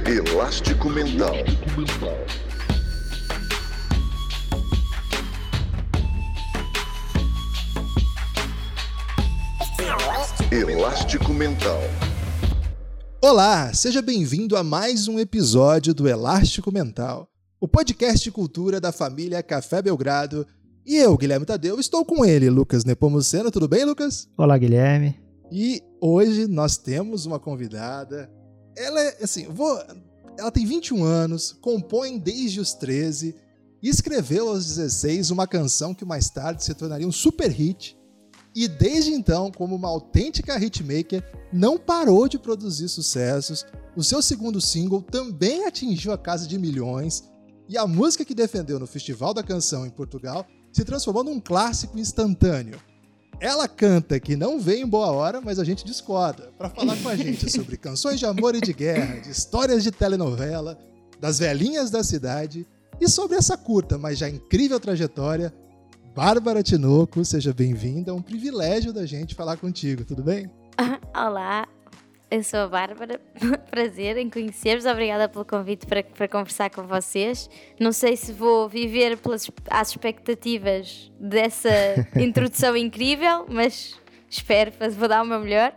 Elástico Mental. Elástico Mental. Olá, seja bem-vindo a mais um episódio do Elástico Mental, o podcast de cultura da família Café Belgrado. E eu, Guilherme Tadeu, estou com ele, Lucas Nepomuceno. Tudo bem, Lucas? Olá, Guilherme. E hoje nós temos uma convidada. Ela é, ela tem 21 anos, compõe desde os 13 e escreveu aos 16 uma canção que mais tarde se tornaria um super hit. E desde então, como uma autêntica hitmaker, não parou de produzir sucessos. O seu segundo single também atingiu a casa de milhões. E a música que defendeu no Festival da Canção em Portugal se transformou num clássico instantâneo. Ela canta que não veio em boa hora, mas a gente discorda. Para falar com a gente sobre canções de amor e de guerra, de histórias de telenovela, das velhinhas da cidade e sobre essa curta, mas já incrível trajetória, Bárbara Tinoco, seja bem-vinda. É um privilégio da gente falar contigo, tudo bem? Olá, eu sou a Bárbara. Prazer em conhecer-vos. Obrigada pelo convite para conversar com vocês. Não sei se vou viver às expectativas dessa introdução incrível, mas espero, vou dar o meu melhor.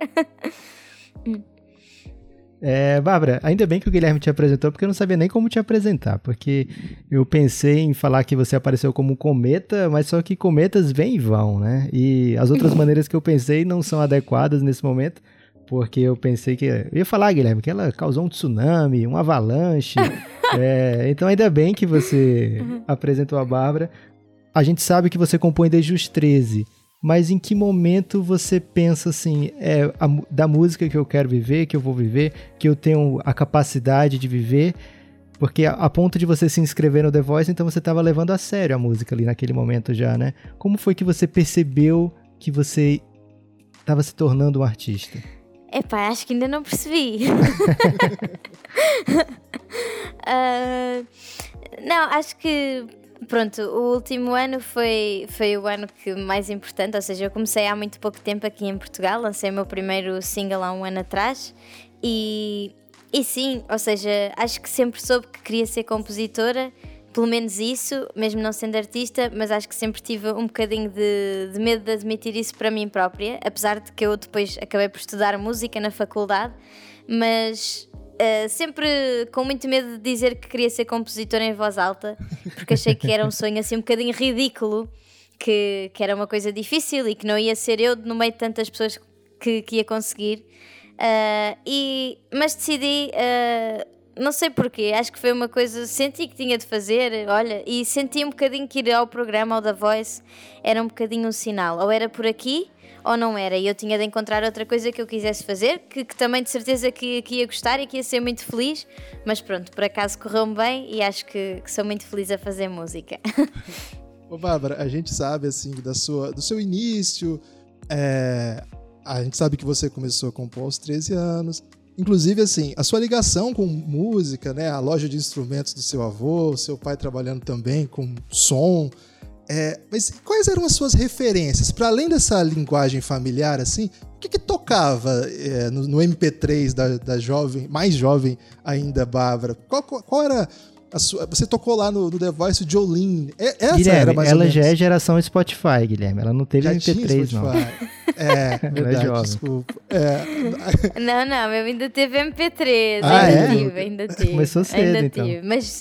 Bárbara, ainda bem que o Guilherme te apresentou, porque eu não sabia nem como te apresentar, porque eu pensei em falar que você apareceu como um cometa, mas só que cometas vêm e vão, né? E as outras maneiras que eu pensei não são adequadas nesse momento, porque eu pensei que... Eu ia falar, Guilherme, que ela causou um tsunami, um avalanche. Então ainda bem que você apresentou a Bárbara. A gente sabe que você compõe desde os 13, mas em que momento você pensa assim, da música que eu quero viver, que eu vou viver, que eu tenho a capacidade de viver? Porque a ponto de você se inscrever no The Voice, então você estava levando a sério a música ali naquele momento já, né? Como foi que você percebeu que você estava se tornando um artista? Acho que ainda não percebi. Não, acho que... Pronto, o último ano foi o ano que mais importante, ou seja, eu comecei há muito pouco tempo aqui em Portugal, lancei o meu primeiro single há um ano atrás e sim, ou seja, acho que sempre soube que queria ser compositora, pelo menos isso, mesmo não sendo artista, mas acho que sempre tive um bocadinho de medo de admitir isso para mim própria, apesar de que eu depois acabei por estudar música na faculdade, mas... sempre com muito medo de dizer que queria ser compositora em voz alta, porque achei que era um sonho assim um bocadinho ridículo, que era uma coisa difícil e que não ia ser eu no meio de tantas pessoas que ia conseguir, mas decidi, não sei porquê, acho que foi uma coisa, senti que tinha de fazer, olha, e senti um bocadinho que ir ao programa, ao The Voice, era um bocadinho um sinal, ou era por aqui ou não era, e eu tinha de encontrar outra coisa que eu quisesse fazer, que também de certeza que ia gostar e que ia ser muito feliz, mas pronto, por acaso correu-me bem e acho que sou muito feliz a fazer música. Ô Bárbara, a gente sabe assim do seu início, a gente sabe que você começou a compor aos 13 anos, inclusive assim, a sua ligação com música, né, a loja de instrumentos do seu avô, seu pai trabalhando também com som. Mas quais eram as suas referências? Para além dessa linguagem familiar, assim, o que tocava no MP3 da jovem, mais jovem ainda, Bárbara? Qual era a sua... Você tocou lá no The Voice o Jolene. Essa Guilherme, era mais ela ou menos. já é geração Spotify, Guilherme. Ela não teve Já MP3, tinha não. Verdade, jovem. desculpa. Não, eu ainda teve MP3, ainda tive. Começou cedo, ainda então. tive, mas...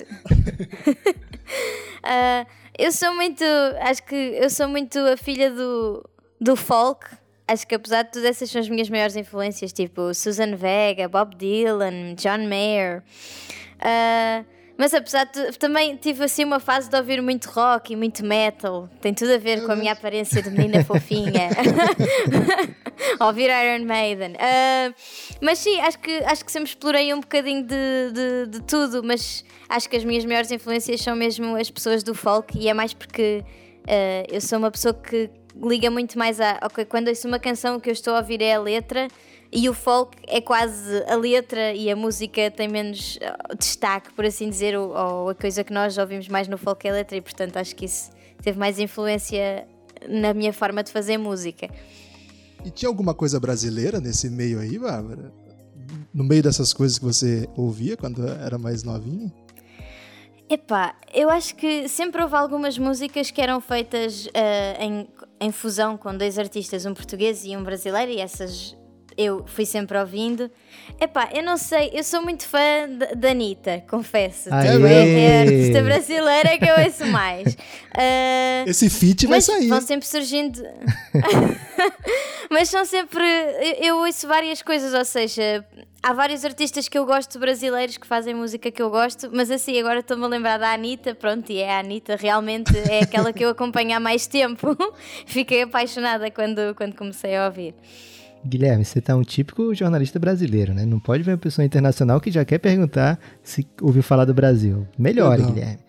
eu sou muito a filha do folk. Acho que apesar de tudo, essas são as minhas maiores influências, tipo Susan Vega, Bob Dylan, John Mayer. Mas apesar de tudo, também tive assim uma fase de ouvir muito rock e muito metal. Tem tudo a ver com a minha aparência de menina fofinha. Ouvir Iron Maiden. Mas sim, acho que sempre explorei um bocadinho de tudo, mas acho que as minhas maiores influências são mesmo as pessoas do folk, e é mais porque eu sou uma pessoa que liga muito mais quando ouço uma canção, o que eu estou a ouvir é a letra, e o folk é quase a letra e a música tem menos destaque, por assim dizer, ou a coisa que nós ouvimos mais no folk é a letra, e portanto acho que isso teve mais influência na minha forma de fazer música. E tinha alguma coisa brasileira nesse meio aí, Bárbara? no meio dessas coisas que você ouvia quando era mais novinha? Epá, eu acho que sempre houve algumas músicas que eram feitas em fusão com dois artistas, um português e um brasileiro, e essas eu fui sempre ouvindo. Epá, eu não sei, eu sou muito fã da Anitta, confesso. É a artista brasileira que eu ouço mais. Esse feat vai sair. Vão sempre surgindo... Mas são sempre... Eu ouço várias coisas, ou seja... Há vários artistas que eu gosto brasileiros que fazem música que eu gosto, mas assim, agora estou-me a lembrar da Anitta, pronto, e é a Anitta, realmente é aquela que eu acompanho há mais tempo. Fiquei apaixonada quando comecei a ouvir. Guilherme, você tá um típico jornalista brasileiro, né? Não pode ver uma pessoa internacional que já quer perguntar se ouviu falar do Brasil. Melhore, Guilherme.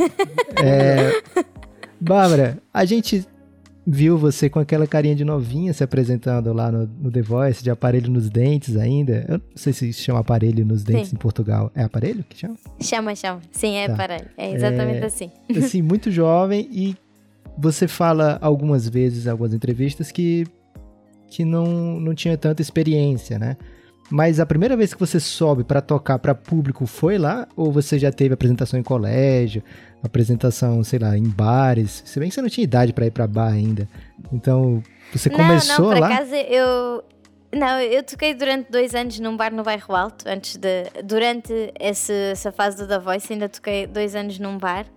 Bárbara, a gente viu você com aquela carinha de novinha se apresentando lá no The Voice, de aparelho nos dentes ainda. Eu não sei se chama aparelho nos dentes em Portugal. É aparelho que chama? Chama. Sim, é aparelho. É exatamente assim. Assim, muito jovem, e você fala algumas vezes, em algumas entrevistas, que não tinha tanta experiência, né? Mas a primeira vez que você sobe para tocar para público foi lá? Ou você já teve apresentação em colégio, apresentação, sei lá, em bares? Se bem que você não tinha idade para ir para bar ainda. Então, você começou lá? Não, por acaso eu toquei durante 2 anos num bar no Bairro Alto. Durante essa fase do The Voice ainda toquei 2 anos num bar.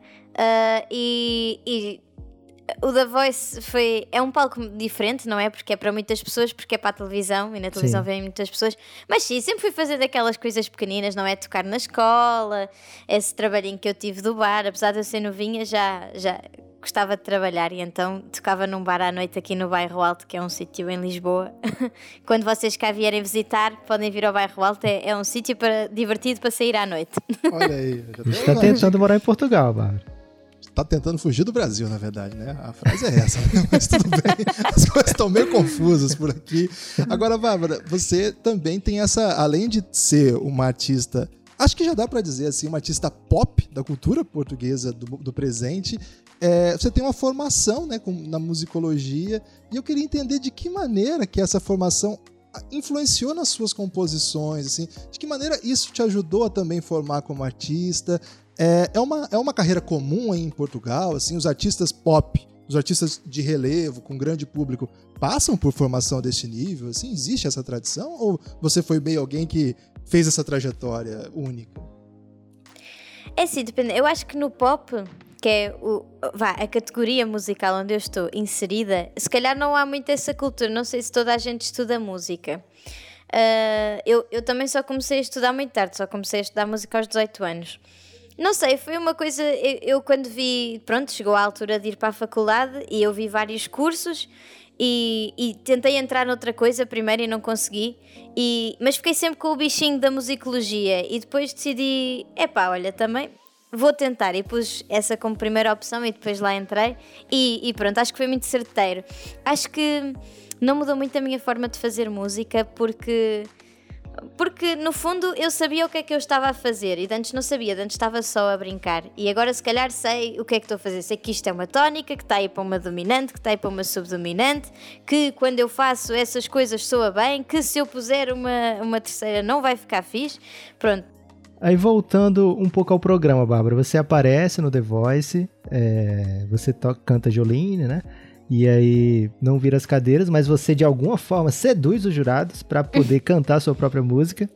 E o The Voice é um palco diferente, não é? Porque é para muitas pessoas, porque é para a televisão, e na televisão vêm muitas pessoas. Mas sim, sempre fui fazer daquelas coisas pequeninas, não é? Tocar na escola, esse trabalhinho que eu tive do bar. Apesar de eu ser novinha, já gostava de trabalhar, e então tocava num bar à noite aqui no Bairro Alto, que é um sítio em Lisboa. Quando vocês cá vierem visitar, podem vir ao Bairro Alto, é um sítio divertido para sair à noite. Olha aí. Está tentando morar em Portugal, Bárbara. Tá tentando fugir do Brasil, na verdade, né? A frase é essa, né? Mas tudo bem, as coisas estão meio confusas por aqui. Agora, Bárbara, você também tem além de ser uma artista, acho que já dá pra dizer assim, uma artista pop da cultura portuguesa do presente, você tem uma formação, né, na musicologia, e eu queria entender de que maneira que essa formação influenciou nas suas composições, assim, de que maneira isso te ajudou a também formar como artista. É uma carreira comum aí em Portugal, assim, os artistas pop, os artistas de relevo, com grande público, passam por formação desse nível, assim, existe essa tradição? Ou você foi meio alguém que fez essa trajetória única? Sim, depende. Eu acho que no pop, que é a categoria musical onde eu estou inserida, se calhar não há muito essa cultura, não sei se toda a gente estuda música. Eu também só comecei a estudar muito tarde, só comecei a estudar música aos 18 anos. Não sei, foi uma coisa, eu quando vi, pronto, chegou a altura de ir para a faculdade e eu vi vários cursos e tentei entrar noutra coisa primeiro e não consegui, mas fiquei sempre com o bichinho da musicologia e depois decidi, olha, também vou tentar, e pus essa como primeira opção e depois lá entrei e pronto, acho que foi muito certeiro. Acho que não mudou muito a minha forma de fazer música porque no fundo eu sabia o que é que eu estava a fazer e de antes não sabia, de antes estava só a brincar, e agora se calhar sei o que é que estou a fazer. Sei que isto é uma tónica, que está aí para uma dominante, que está aí para uma subdominante, que quando eu faço essas coisas soa bem, que se eu puser uma terceira não vai ficar fixe. Pronto. Aí voltando um pouco ao programa, Bárbara, você aparece no The Voice, você canta Jolene, né? E aí não vira as cadeiras, mas você de alguma forma seduz os jurados para poder cantar a sua própria música.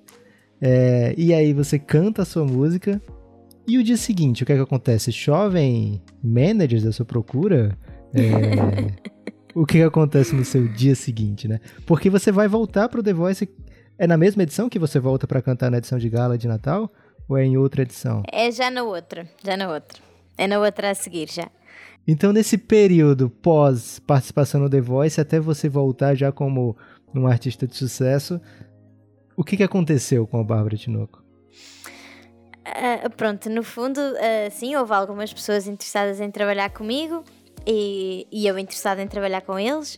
E aí você canta a sua música. E o dia seguinte, o que é que acontece? Chovem managers à sua procura? O que acontece no seu dia seguinte, né? Porque você vai voltar pro The Voice. É na mesma edição que você volta para cantar na edição de gala de Natal? Ou é em outra edição? É já na outra. É na outra a seguir já. Então, nesse período pós-participação no The Voice, até você voltar já como um artista de sucesso, o que aconteceu com a Bárbara Tinoco? Pronto, no fundo, sim, houve algumas pessoas interessadas em trabalhar comigo e eu interessada em trabalhar com eles.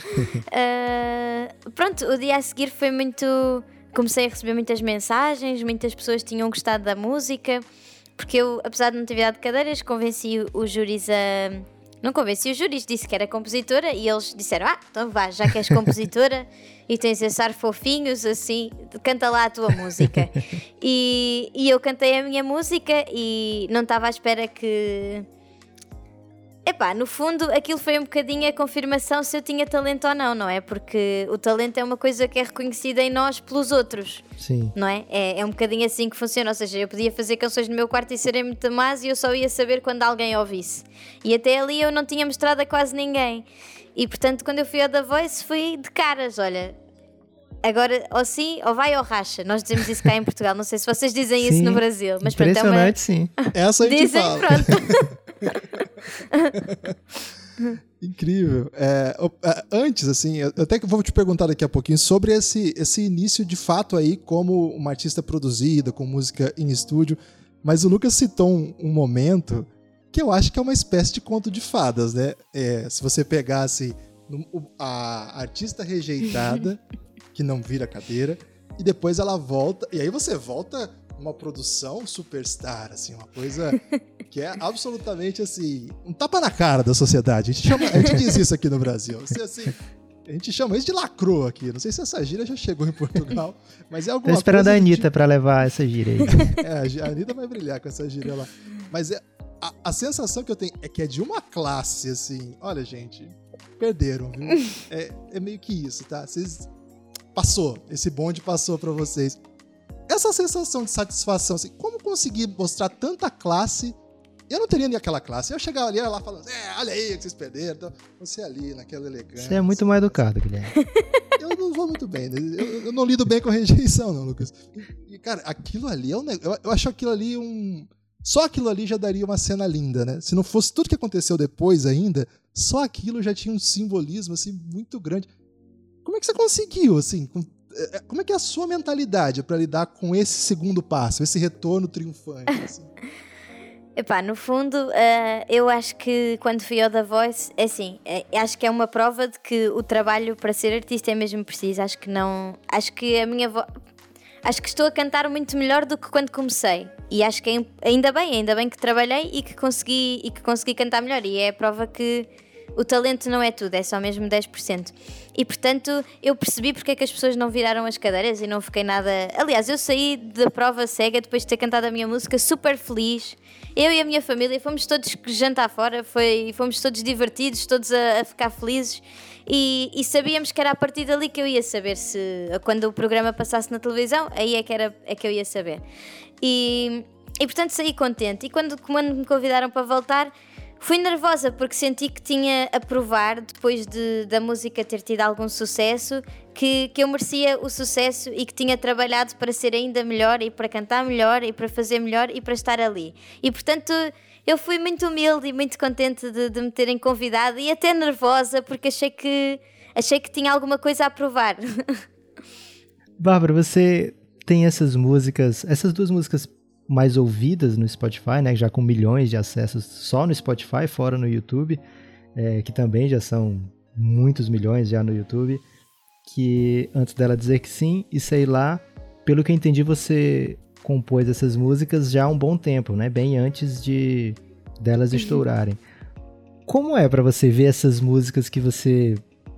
Pronto, o dia a seguir foi muito... Comecei a receber muitas mensagens, muitas pessoas tinham gostado da música... Porque eu, apesar de não ter virado cadeiras, convenci os júris Não convenci os júris, disse que era compositora e eles disseram, então vá, já que és compositora e tens esses ar fofinhos, assim, canta lá a tua música. E eu cantei a minha música e não estava à espera que... Epá, no fundo aquilo foi um bocadinho a confirmação se eu tinha talento ou não, não é? Porque o talento é uma coisa que é reconhecida em nós pelos outros. Sim. Não é? É um bocadinho assim que funciona, ou seja, eu podia fazer canções no meu quarto e serem muito más e eu só ia saber quando alguém ouvisse. E até ali eu não tinha mostrado a quase ninguém. E portanto quando eu fui ao The Voice fui de caras, olha... Agora, ou sim, ou vai ou racha. Nós dizemos isso cá em Portugal. Não sei se vocês dizem sim, isso no Brasil. Mas impressionante, sim. Essa a gente dizem, fala. pronto. Incrível. Antes, assim, eu até vou te perguntar daqui a pouquinho sobre esse início de fato aí como uma artista produzida, com música em estúdio. Mas o Lucas citou um momento que eu acho que é uma espécie de conto de fadas, né? Se você pegasse a artista rejeitada, que não vira cadeira, e depois ela volta, e aí você volta uma produção superstar, assim, uma coisa que é absolutamente, assim, um tapa na cara da sociedade. A gente diz isso aqui no Brasil. Assim, a gente chama isso de lacrou aqui. Não sei se essa gíria já chegou em Portugal, mas é alguma coisa... Tô esperando a Anitta pra levar essa gíria aí. A Anitta vai brilhar com essa gíria lá. Mas a sensação que eu tenho é que é de uma classe, assim, olha, gente, perderam, viu? É meio que isso, tá? Passou, esse bonde passou pra vocês. Essa sensação de satisfação, assim, como conseguir mostrar tanta classe? Eu não teria nem aquela classe. Eu chegava ali lá falando, olha aí que vocês perderam. Então, você ali, naquela elegância. Você é muito mal educado, Guilherme. Eu não vou muito bem. Eu não lido bem com rejeição, não, Lucas. E, cara, aquilo ali é um negócio. Eu acho aquilo ali Só aquilo ali já daria uma cena linda, né? Se não fosse tudo que aconteceu depois ainda, só aquilo já tinha um simbolismo, assim, muito grande. Como é que você conseguiu, assim? Como é que é a sua mentalidade para lidar com esse segundo passo, esse retorno triunfante? Assim? Epá, no fundo, eu acho que quando fui ao The Voice, acho que é uma prova de que o trabalho para ser artista é mesmo preciso. Acho que a minha voz... Acho que estou a cantar muito melhor do que quando comecei. E acho que ainda bem que trabalhei e que consegui cantar melhor. E é a prova que o talento não é tudo, é só mesmo 10%. E portanto eu percebi porque é que as pessoas não viraram as cadeiras e não fiquei nada... Aliás, eu saí da prova cega depois de ter cantado a minha música super feliz. Eu e a minha família fomos todos jantar fora, fomos todos divertidos, todos a ficar felizes. E sabíamos que era a partir dali que eu ia saber se... Quando o programa passasse na televisão, aí é que eu ia saber. E portanto saí contente. E quando me convidaram para voltar... Fui nervosa porque senti que tinha a provar, depois da música ter tido algum sucesso, que eu merecia o sucesso e que tinha trabalhado para ser ainda melhor e para cantar melhor e para fazer melhor e para estar ali. E portanto eu fui muito humilde e muito contente de me terem convidado e até nervosa porque achei que tinha alguma coisa a provar. Bárbara, você tem essas duas músicas mais ouvidas no Spotify, né, já com milhões de acessos só no Spotify, fora no YouTube, que também já são muitos milhões já no YouTube, que antes dela dizer que sim, e sei lá, pelo que eu entendi, você compôs essas músicas já há um bom tempo, né, bem antes delas estourarem. Como é pra você ver essas músicas que você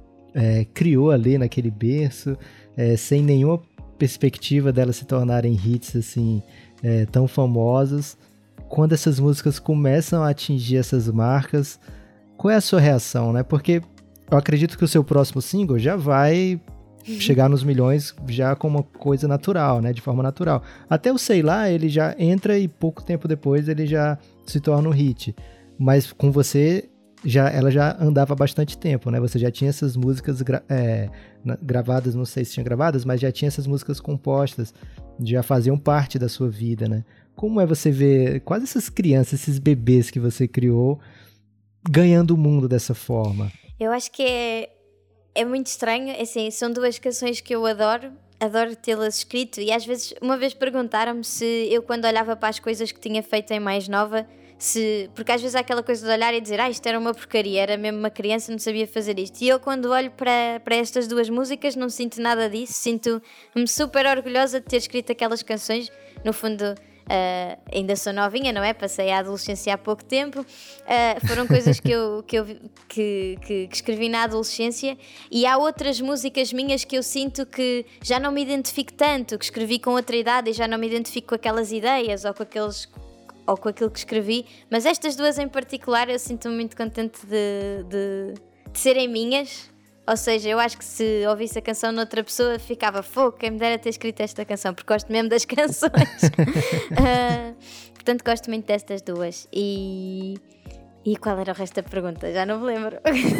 criou ali naquele berço, sem nenhuma perspectiva delas se tornarem hits assim, tão famosas, quando essas músicas começam a atingir essas marcas, qual é a sua reação, né? Porque eu acredito que o seu próximo single já vai chegar nos milhões já com uma coisa natural, né? De forma natural. Até o Sei Lá, ele já entra e pouco tempo depois ele já se torna um hit. Mas com você, ela já andava há bastante tempo, né? Você já tinha essas músicas gravadas, não sei se tinha gravadas, mas já tinha essas músicas compostas, já faziam parte da sua vida, né? Como é você ver quase essas crianças, esses bebês que você criou ganhando o mundo dessa forma? Eu acho que é muito estranho, assim, são duas canções que eu adoro tê-las escrito e às vezes, uma vez perguntaram-me se eu quando olhava para as coisas que tinha feito em mais nova, porque às vezes há aquela coisa de olhar e dizer isto era uma porcaria, era mesmo uma criança, não sabia fazer isto. E eu quando olho para estas duas músicas não sinto nada disso, sinto-me super orgulhosa de ter escrito aquelas canções. No fundo, ainda sou novinha, não é? Passei a adolescência há pouco tempo. Foram coisas que escrevi na adolescência, e há outras músicas minhas que eu sinto que já não me identifico tanto, que escrevi com outra idade e já não me identifico com aquelas ideias ou com aquilo que escrevi, mas estas duas em particular eu sinto-me muito contente de serem minhas. Ou seja, eu acho que se ouvisse a canção noutra pessoa ficava fogo, quem me dera ter escrito esta canção, porque gosto mesmo das canções. Portanto, gosto muito destas duas. E qual era o resto da pergunta? Já não me lembro.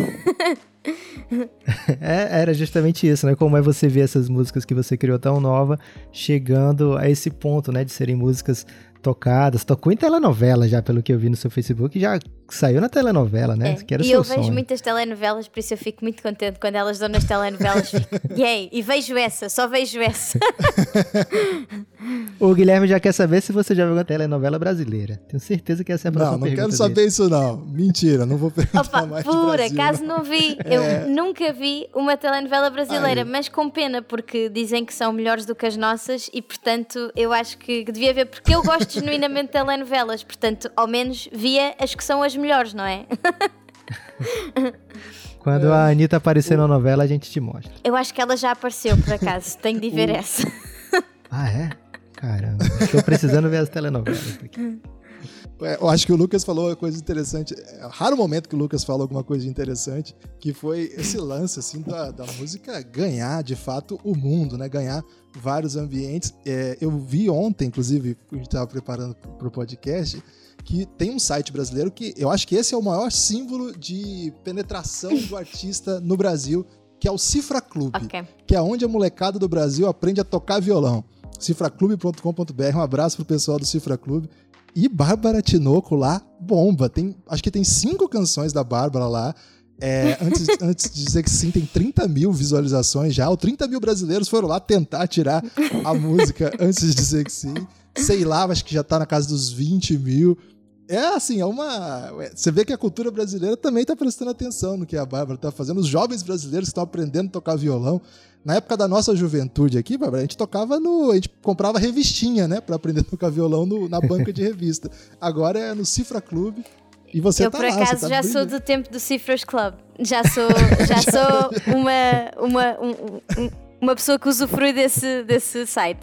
Era justamente isso, né? Como é você ver essas músicas que você criou tão nova chegando a esse ponto, né? De serem músicas tocadas. Tocou em telenovela já, pelo que eu vi no seu Facebook, já saiu na telenovela, né? Que era e seu eu sonho. vejo muitas telenovelas, por isso eu fico muito contente quando elas dão nas telenovelas. Yay! E vejo essa, só vejo essa. O Guilherme já quer saber se você já viu a telenovela brasileira. Tenho certeza que essa é a próxima pergunta. Não quero saber isso não. Mentira, não vou perguntar mais de por Brasil, acaso não vi. Eu nunca vi uma telenovela brasileira, mas com pena, porque dizem que são melhores do que as nossas e, portanto, eu acho que devia ver, porque eu gosto genuinamente de telenovelas, portanto, ao menos via as que são as melhores, não é? Quando a Anitta aparecer na novela, a gente te mostra. Eu acho que ela já apareceu, por acaso. Tenho de ir ver essa. Ah, é? Caramba. Estou precisando ver as telenovelas aqui. Eu acho que o Lucas falou uma coisa interessante. É um raro momento que o Lucas falou alguma coisa interessante, que foi esse lance assim, da música ganhar, de fato, o mundo, né? Ganhar vários ambientes. Eu vi ontem, inclusive, a gente estava preparando para o podcast, que tem um site brasileiro que eu acho que esse é o maior símbolo de penetração do artista no Brasil, que é o Cifra Club, que é onde a molecada do Brasil aprende a tocar violão. cifraclub.com.br, um abraço pro pessoal do Cifra Club. E Bárbara Tinoco lá bomba. Acho que tem 5 canções da Bárbara lá. Antes de dizer que sim, tem 30 mil visualizações já. Ou 30 mil brasileiros foram lá tentar tirar a música antes de dizer que sim. Sei lá, acho que já tá na casa dos 20 mil. Você vê que a cultura brasileira também tá prestando atenção no que a Bárbara tá fazendo. Os jovens brasileiros que estão aprendendo a tocar violão. Na época da nossa juventude aqui, Bárbara, a gente comprava revistinha, né, pra aprender a tocar violão na banca de revista. Agora é no Cifra Club e você eu, tá por lá. acaso, já sou do tempo do Cifras Club. Já sou uma pessoa que usufrui desse site.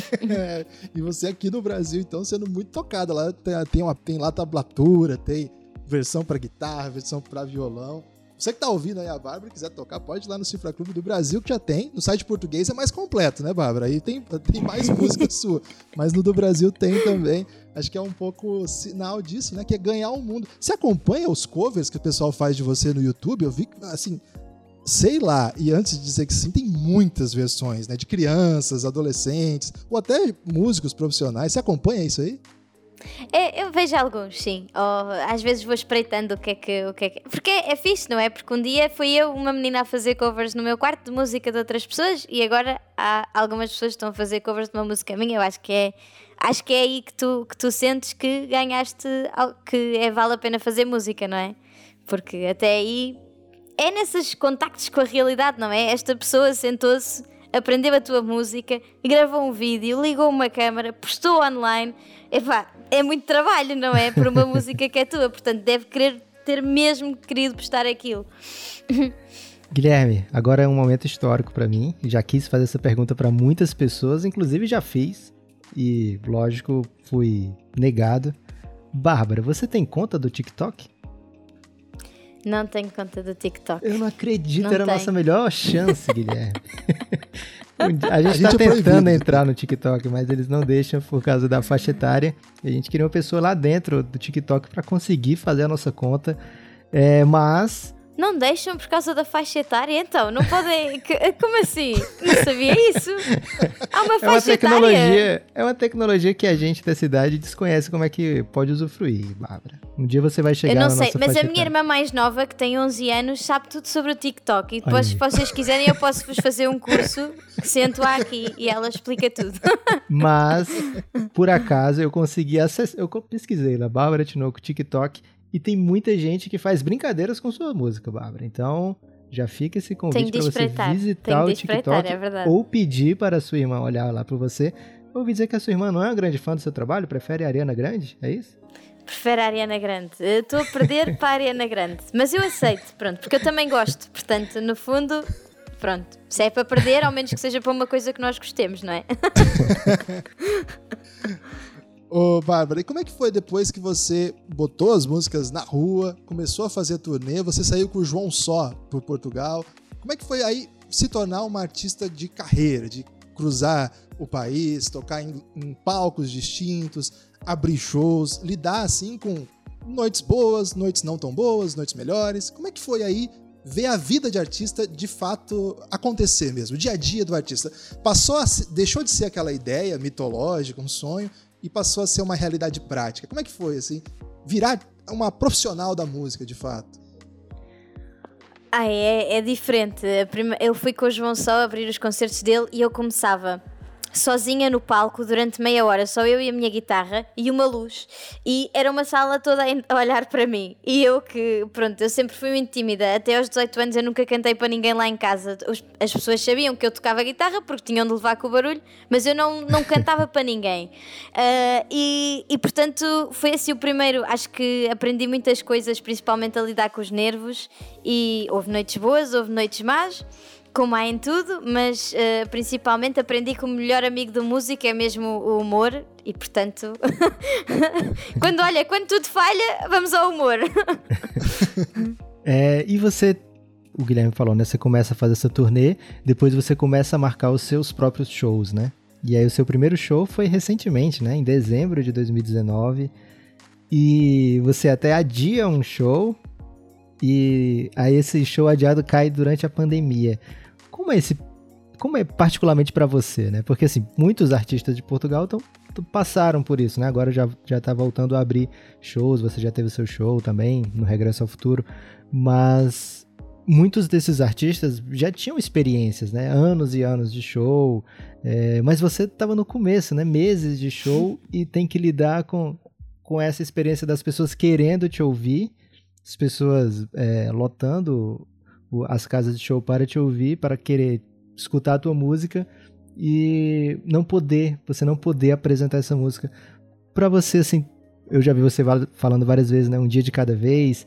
E você aqui no Brasil, então, sendo muito tocada. Lá tem lá tablatura, tem versão pra guitarra, versão pra violão. Você que tá ouvindo aí a Bárbara e quiser tocar, pode ir lá no Cifra Clube do Brasil, que já tem. No site português é mais completo, né, Bárbara? Aí tem mais música sua. Mas no do Brasil tem também. Acho que é um pouco sinal disso, né? Que é ganhar o mundo. Você acompanha os covers que o pessoal faz de você no YouTube? Eu vi, assim, sei lá. E antes de dizer que sim, tem muitas versões, né? De crianças, adolescentes, ou até músicos profissionais. Você acompanha isso aí? Eu vejo alguns, sim. Às vezes vou espreitando o que é que... Porque é fixe, não é? Porque um dia fui eu, uma menina, a fazer covers no meu quarto de música de outras pessoas e agora há algumas pessoas que estão a fazer covers de uma música minha. Eu acho que é aí que tu sentes que ganhaste, que vale a pena fazer música, não é? Porque até aí é nesses contactos com a realidade, não é? Esta pessoa sentou-se, aprendeu a tua música, gravou um vídeo, ligou uma câmara, postou online. É muito trabalho, não é? Por uma música que é tua, portanto deve ter mesmo querido postar aquilo. Guilherme, agora é um momento histórico pra mim. Já quis fazer essa pergunta pra muitas pessoas, inclusive já fiz e, lógico, fui negado. Bárbara, você tem conta do TikTok? Não tenho conta do TikTok. Eu não acredito, não era tem. a nossa melhor chance, Guilherme. A gente tá tentando entrar no TikTok, mas eles não deixam por causa da faixa etária. A gente queria uma pessoa lá dentro do TikTok pra conseguir fazer a nossa conta, mas... Não deixam por causa da faixa etária? Então, não podem... Como assim? Não sabia isso? Há uma faixa etária? É uma tecnologia que a gente da cidade desconhece como é que pode usufruir, Bárbara. Um dia você vai chegar na nossa faixa etária. Mas a minha irmã mais nova, que tem 11 anos, sabe tudo sobre o TikTok. E depois, se vocês quiserem, eu posso vos fazer um curso que sento aqui e ela explica tudo. Mas, por acaso, eu consegui acessar... Eu pesquisei lá, Bárbara Tinoco, TikTok, e tem muita gente que faz brincadeiras com sua música, Bárbara. Então, já fica esse convite para você visitar o TikTok ou pedir para a sua irmã olhar lá para você, ouvi dizer que a sua irmã não é uma grande fã do seu trabalho, prefere a Ariana Grande, é isso? Prefere a Ariana Grande. Estou a perder para a Ariana Grande. Mas eu aceito, pronto, porque eu também gosto. Portanto, no fundo, pronto. Se é para perder, ao menos que seja para uma coisa que nós gostemos, não é? Ô, Bárbara, e como é que foi depois que você botou as músicas na rua, começou a fazer turnê, você saiu com o João Só por Portugal? Como é que foi aí se tornar uma artista de carreira, de cruzar o país, tocar em palcos distintos, abrir shows, lidar assim com noites boas, noites não tão boas, noites melhores? Como é que foi aí ver a vida de artista de fato acontecer mesmo, o dia a dia do artista? Deixou de ser aquela ideia mitológica, um sonho, e passou a ser uma realidade prática. Como é que foi, assim, virar uma profissional da música, de fato? É diferente. Eu fui com o João Só abrir os concertos dele e eu começava sozinha no palco durante meia hora, só eu e a minha guitarra e uma luz, e era uma sala toda a olhar para mim, e eu sempre fui muito tímida, até aos 18 anos eu nunca cantei para ninguém lá em casa. As pessoas sabiam que eu tocava guitarra porque tinham de levar com o barulho, mas eu não cantava para ninguém, e portanto foi assim o primeiro. Acho que aprendi muitas coisas, principalmente a lidar com os nervos, e houve noites boas, houve noites más, como há em tudo, mas principalmente aprendi que o melhor amigo da música é mesmo o humor, e portanto quando tudo falha, vamos ao humor. E você, o Guilherme falou, né? Você começa a fazer essa turnê, depois você começa a marcar os seus próprios shows, né? E aí o seu primeiro show foi recentemente, né? Em dezembro de 2019, e você até adia um show, e aí esse show adiado cai durante a pandemia. Como é particularmente para você, né? Porque assim, muitos artistas de Portugal passaram por isso, né? Agora já tá voltando a abrir shows, você já teve o seu show também no Regresso ao Futuro, mas muitos desses artistas já tinham experiências, né? Anos e anos de show, mas você estava no começo, né? Meses de show, e tem que lidar com essa experiência das pessoas querendo te ouvir, as pessoas lotando as casas de show para te ouvir, para querer escutar a tua música, e você não poder apresentar essa música. Para você, assim, eu já vi você falando várias vezes, né? Um dia de cada vez,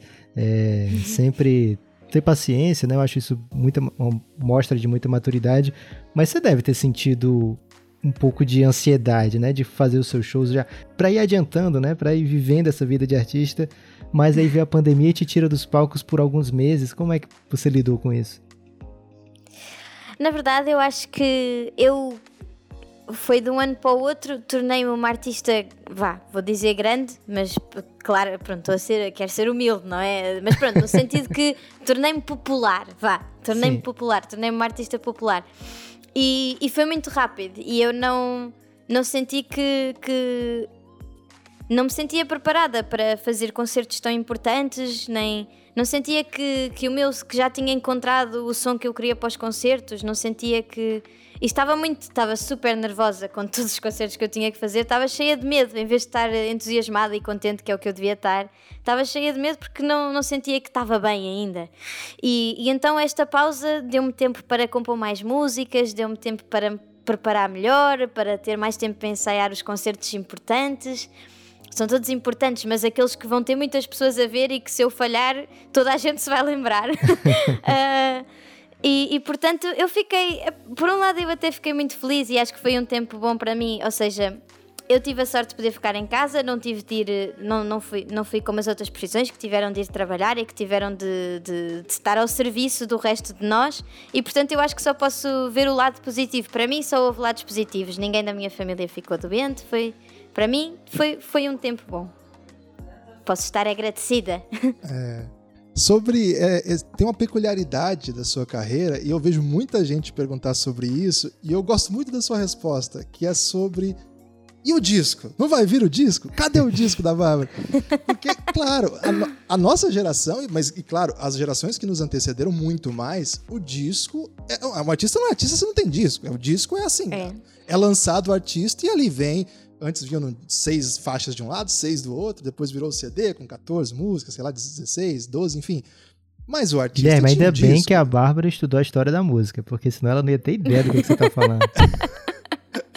sempre ter paciência, né? Eu acho isso uma mostra de muita maturidade, mas você deve ter sentido um pouco de ansiedade, né? De fazer os seus shows já, para ir adiantando, né? Para ir vivendo essa vida de artista, mas aí vem a pandemia e te tira dos palcos por alguns meses. Como é que você lidou com isso? Na verdade, eu acho que foi de um ano para o outro, tornei-me uma artista, vou dizer grande, mas claro, pronto, quero ser humilde, não é? Mas pronto, no sentido que tornei-me popular, tornei-me uma artista popular. E foi muito rápido, e eu não senti que não me sentia preparada para fazer concertos tão importantes, nem não sentia que já tinha encontrado o som que eu queria para os concertos, não sentia que... E estava super nervosa com todos os concertos que eu tinha que fazer, estava cheia de medo, em vez de estar entusiasmada e contente, que é o que eu devia estar, estava cheia de medo porque não sentia que estava bem ainda. E então esta pausa deu-me tempo para compor mais músicas, deu-me tempo para me preparar melhor, para ter mais tempo para ensaiar os concertos importantes. São todos importantes, mas aqueles que vão ter muitas pessoas a ver e que se eu falhar, toda a gente se vai lembrar. E portanto, eu fiquei... Por um lado, eu até fiquei muito feliz e acho que foi um tempo bom para mim. Ou seja, eu tive a sorte de poder ficar em casa, não tive de ir... Não fui como as outras profissões que tiveram de ir trabalhar e que tiveram de estar ao serviço do resto de nós. E portanto, eu acho que só posso ver o lado positivo. Para mim, só houve lados positivos. Ninguém da minha família ficou doente. Para mim, foi um tempo bom. Posso estar agradecida. Tem uma peculiaridade da sua carreira, e eu vejo muita gente perguntar sobre isso, e eu gosto muito da sua resposta, que é sobre... E o disco? Não vai vir o disco? Cadê o disco da Bárbara? Porque, claro, a nossa geração, mas, e claro, as gerações que nos antecederam muito mais, o disco... Um artista não é artista se não tem disco. O disco é assim, é lançado o artista e ali vem... Antes vinham 6 faixas de um lado, 6 do outro, depois virou o CD com 14 músicas, sei lá, 16, 12, enfim. Mas o artista Guilherme, ainda bem que a Bárbara estudou a história da música, porque senão ela não ia ter ideia do que você tá falando.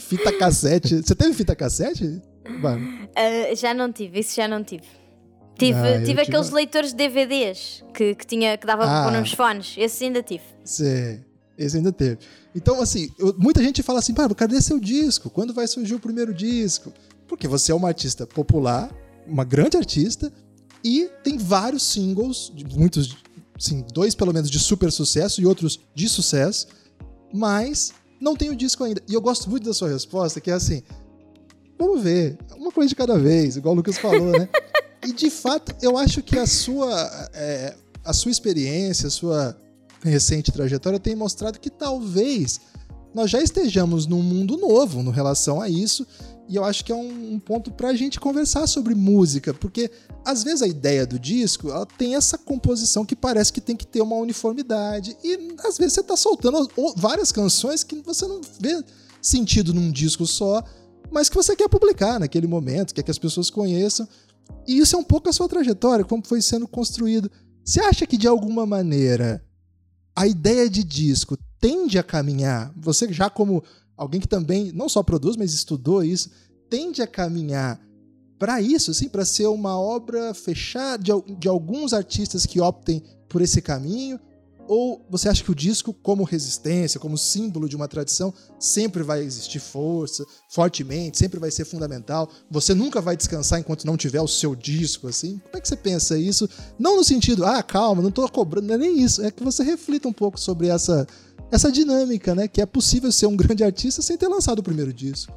Fita cassete. Você teve fita cassete? Já não tive, isso já não tive. Tive aqueles leitores de DVDs que dava para pôr nos fones. Esse ainda tive. Sim, esse ainda teve. Então, assim, muita gente fala assim, cadê seu disco? Quando vai surgir o primeiro disco? Porque você é uma artista popular, uma grande artista, e tem vários singles, muitos, sim, 2 pelo menos de super sucesso e outros de sucesso, mas não tem o disco ainda. E eu gosto muito da sua resposta, que é assim, vamos ver, uma coisa de cada vez, igual o Lucas falou, né? E de fato, eu acho que a sua experiência, a sua recente trajetória tem mostrado que talvez nós já estejamos num mundo novo em relação a isso, e eu acho que é um ponto pra gente conversar sobre música, porque às vezes a ideia do disco, ela tem essa composição que parece que tem que ter uma uniformidade, e às vezes você tá soltando várias canções que você não vê sentido num disco só, mas que você quer publicar naquele momento, quer que as pessoas conheçam, e isso é um pouco a sua trajetória, como foi sendo construído. Você acha que de alguma maneira a ideia de disco tende a caminhar, você já como alguém que também não só produz, mas estudou isso, tende a caminhar para isso, assim, para ser uma obra fechada de alguns artistas que optem por esse caminho? Ou você acha que o disco, como resistência, como símbolo de uma tradição, sempre vai existir fortemente, sempre vai ser fundamental? Você nunca vai descansar enquanto não tiver o seu disco, assim? Como é que você pensa isso? Não no sentido, calma, não tô cobrando, não é nem isso. É que você reflita um pouco sobre essa dinâmica, né? Que é possível ser um grande artista sem ter lançado o primeiro disco.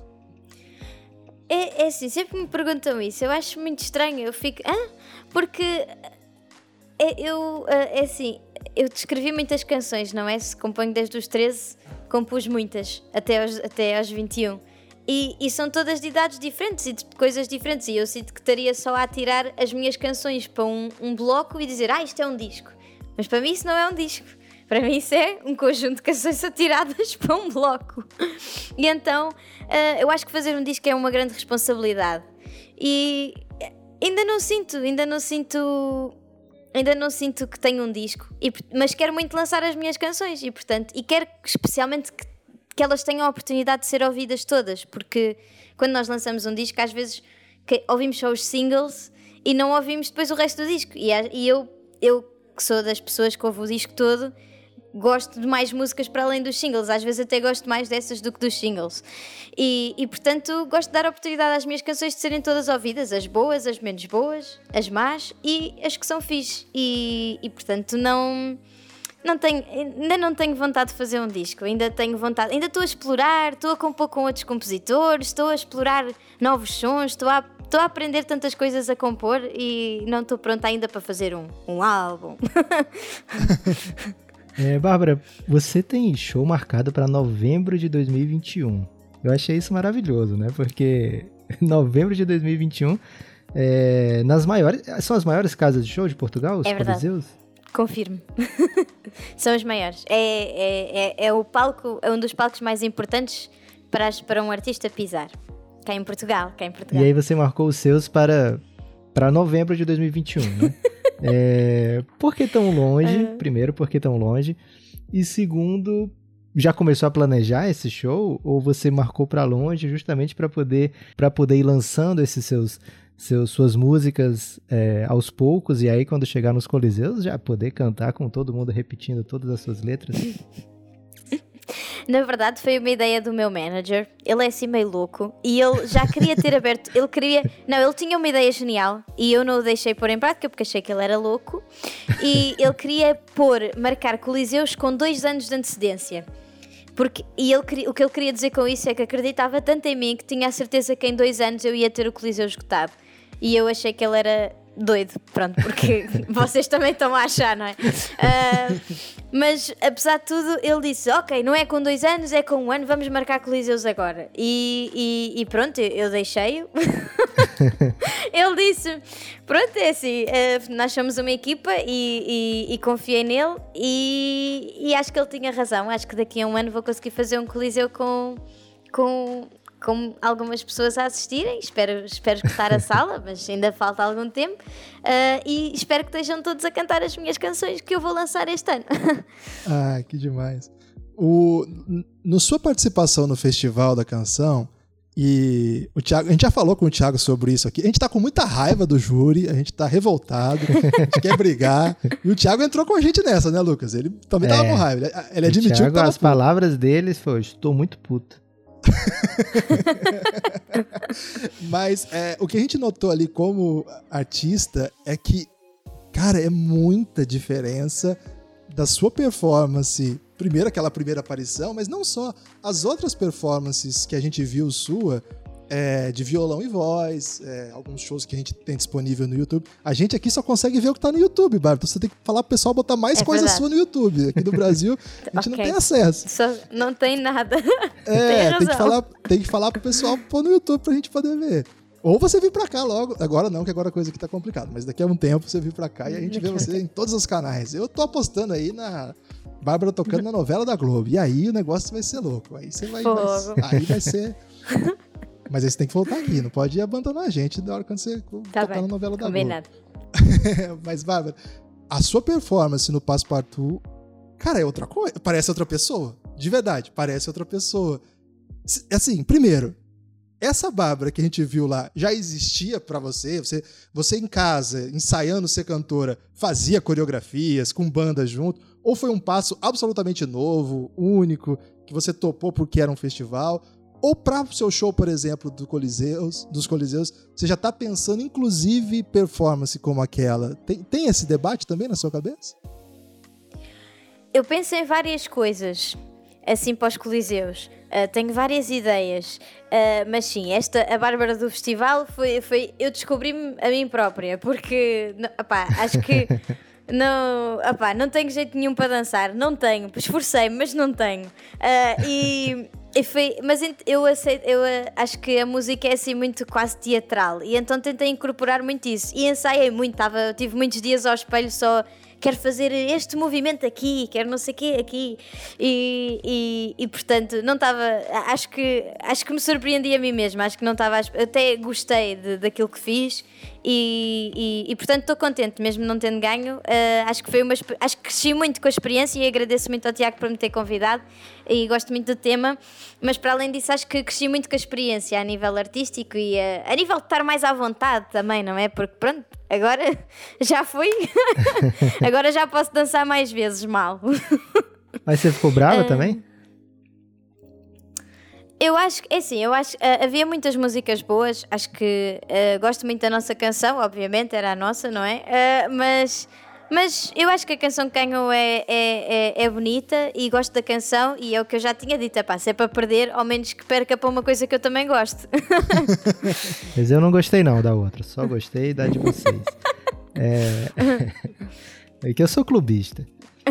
É assim, sempre me perguntam isso. Eu acho muito estranho. Eu fico... Porque... É assim... Eu descrevi muitas canções, não é? Se componho desde os 13, compus muitas, até aos 21. E são todas de idades diferentes e de coisas diferentes. E eu sinto que estaria só a tirar as minhas canções para um bloco e dizer, isto é um disco. Mas para mim isso não é um disco. Para mim isso é um conjunto de canções atiradas para um bloco. E então, eu acho que fazer um disco é uma grande responsabilidade. E ainda não sinto que tenho um disco, mas quero muito lançar as minhas canções e quero especialmente que elas tenham a oportunidade de ser ouvidas todas, porque quando nós lançamos um disco, às vezes ouvimos só os singles e não ouvimos depois o resto do disco. E eu que sou das pessoas que ouve o disco todo, gosto de mais músicas para além dos singles, às vezes até gosto mais dessas do que dos singles e portanto gosto de dar a oportunidade às minhas canções de serem todas ouvidas, as boas, as menos boas, as más e as que são fixe e portanto ainda não tenho vontade de fazer um disco, ainda estou a explorar, estou a compor com outros compositores, estou a explorar novos sons, estou a aprender tantas coisas a compor e não estou pronta ainda para fazer um álbum. Bárbara, você tem show marcado para novembro de 2021. Eu achei isso maravilhoso, né? Porque novembro de 2021 são as maiores casas de show de Portugal, os Coliseus? Confirmo. São as maiores. É um dos palcos mais importantes para um artista pisar. Cá em Portugal. E aí você marcou os seus para novembro de 2021, né? Por que tão longe? Primeiro, por que tão longe? E segundo, já começou a planejar esse show? Ou você marcou para longe justamente para poder ir lançando esses suas músicas aos poucos e aí quando chegar nos Coliseus já poder cantar com todo mundo repetindo todas as suas letras? Na verdade foi uma ideia do meu manager. Ele é assim meio louco e ele já queria ter aberto. Ele tinha uma ideia genial e eu não o deixei pôr em prática porque achei que ele era louco. E ele queria marcar Coliseus com 2 anos de antecedência. O que ele queria dizer com isso é que acreditava tanto em mim que tinha a certeza que em 2 anos eu ia ter o Coliseu esgotado. E eu achei que ele era doido, pronto, porque vocês também estão a achar, não é? Mas apesar de tudo ele disse, ok, não é com 2 anos, é com 1 ano, vamos marcar Coliseus agora. E pronto, eu deixei-o. Ele disse, pronto, é assim, nós somos uma equipa e confiei nele e acho que ele tinha razão. Acho que daqui a 1 ano vou conseguir fazer um Coliseu com algumas pessoas a assistirem. Espero esgotar a sala, mas ainda falta algum tempo. E espero que estejam todos a cantar as minhas canções que eu vou lançar este ano. Que demais. Na sua participação no Festival da Canção, e o Thiago, a gente já falou com o Thiago sobre isso aqui, a gente tá com muita raiva do júri, a gente tá revoltado, a gente quer brigar, e o Thiago entrou com a gente nessa, né, Lucas? Ele também tava com raiva, ele admitiu Thiago, que tava as palavras deles foi, estou muito puto. Mas o que a gente notou ali como artista é que, cara, é muita diferença da sua performance, primeiro aquela primeira aparição, mas não só, as outras performances que a gente viu sua, de violão e voz, alguns shows que a gente tem disponível no YouTube. A gente aqui só consegue ver o que tá no YouTube, Bárbara. Então você tem que falar pro pessoal botar mais coisa sua no YouTube. Aqui no Brasil, a gente não tem acesso. Só não tem nada. Tem que falar pro pessoal pôr no YouTube pra gente poder ver. Ou você vir pra cá logo. Agora não, que agora a coisa aqui tá complicada. Mas daqui a um tempo você vir pra cá e a gente vê você em todos os canais. Eu tô apostando aí na Bárbara tocando na novela da Globo. E aí o negócio vai ser louco. Aí você vai aí vai ser... Mas aí você tem que voltar aqui. Não pode abandonar a gente na hora quando você tocar na novela da Globo. Mas, Bárbara, a sua performance no Passepartout, cara, é outra coisa. Parece outra pessoa. De verdade, parece outra pessoa. Assim, primeiro, essa Bárbara que a gente viu lá já existia pra você? Você em casa, ensaiando ser cantora, fazia coreografias com banda junto? Ou foi um passo absolutamente novo, único, que você topou porque era um festival? Ou para o seu show, por exemplo, dos Coliseus, você já tá pensando, inclusive, performance como aquela? Tem esse debate também na sua cabeça? Eu penso em várias coisas, assim, para os Coliseus. Tenho várias ideias, mas sim, a Bárbara do festival foi eu descobri-me a mim própria, porque acho que não tenho jeito nenhum para dançar, não tenho, esforcei-me, mas não tenho. Mas eu acho que a música é assim muito quase teatral, e então tentei incorporar muito isso e ensaiei muito, tive muitos dias ao espelho só. Quero fazer este movimento aqui, quero não sei o quê aqui. E portanto, não estava. Acho que me surpreendi a mim mesma. Acho que não estava. Até gostei daquilo que fiz. E portanto, estou contente, mesmo não tendo ganho. Acho que cresci muito com a experiência e agradeço muito ao Tiago por me ter convidado. E gosto muito do tema. Mas para além disso, acho que cresci muito com a experiência a nível artístico e a nível de estar mais à vontade também, não é? Porque pronto, agora já fui. Agora já posso dançar mais vezes mal. Mas você ficou brava também? Eu acho que, havia muitas músicas boas, acho que gosto muito da nossa canção, obviamente, era a nossa, não é? Mas eu acho que a canção que ganhou é bonita e gosto da canção e é o que eu já tinha dito, se é para perder, ao menos que perca para uma coisa que eu também gosto. Mas eu não gostei não da outra, só gostei da de vocês. É que eu sou clubista.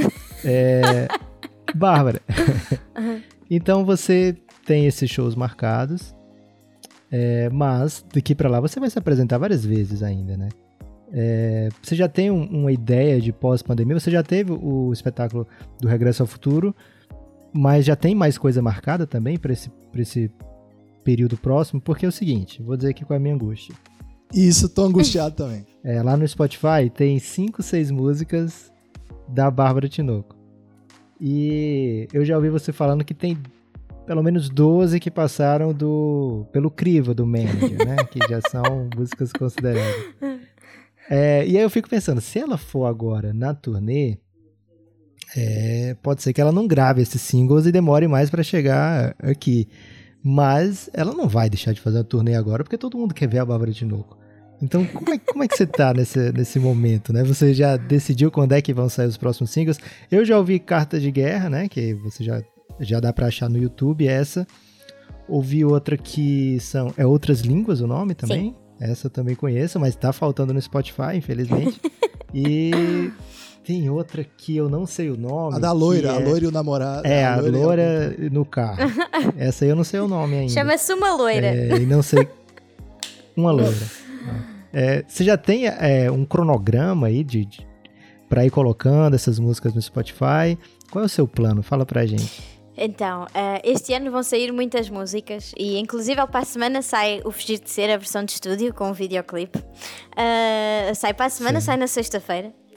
Bárbara, então você tem esses shows marcados, mas daqui pra lá você vai se apresentar várias vezes ainda, né? Você já tem uma ideia de pós-pandemia? Você já teve o espetáculo do Regresso ao Futuro, mas já tem mais coisa marcada também para esse período próximo? Porque é o seguinte, vou dizer aqui qual é a minha angústia. Isso, tô angustiado também. Lá no Spotify tem 5, 6 músicas da Bárbara Tinoco. E eu já ouvi você falando que tem pelo menos 12 que passaram pelo crivo do Manager, né? Que já são músicas consideradas. E aí eu fico pensando, se ela for agora na turnê, pode ser que ela não grave esses singles e demore mais pra chegar aqui. Mas ela não vai deixar de fazer a turnê agora, porque todo mundo quer ver a Bárbara Tinoco. Então, como é que você tá nesse momento, né? Você já decidiu quando é que vão sair os próximos singles? Eu já ouvi Carta de Guerra, né? Que você já dá pra achar no YouTube essa. Ouvi outra que são... Outras Línguas o nome também? Sim. Essa eu também conheço, mas tá faltando no Spotify, infelizmente. E tem outra que eu não sei o nome. A da loira, a loira e o namorado. A loira no carro. Essa aí eu não sei o nome ainda. Chama-se Uma Loira. E não sei... Uma loira. Você já tem um cronograma aí pra ir colocando essas músicas no Spotify? Qual é o seu plano? Fala pra gente. Então, este ano vão sair muitas músicas e inclusive para a semana sai o Fugir de Ser, a versão de estúdio com o videoclipe. Sai para a semana, sai na sexta-feira.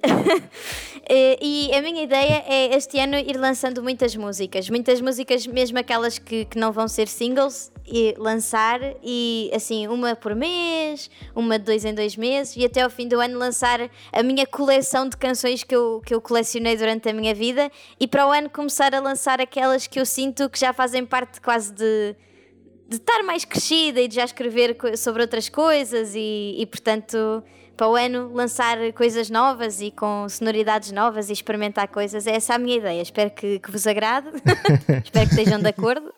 E a minha ideia é este ano ir lançando muitas músicas mesmo aquelas que não vão ser singles, e lançar, e assim, uma por mês, uma de 2 em 2 meses, e até ao fim do ano lançar a minha coleção de canções que eu colecionei durante a minha vida, e para o ano começar a lançar aquelas que eu sinto que já fazem parte quase de estar mais crescida e de já escrever sobre outras coisas, e portanto para o ano lançar coisas novas e com sonoridades novas e experimentar coisas. Essa é a minha ideia, espero que vos agrade. Espero que estejam de acordo.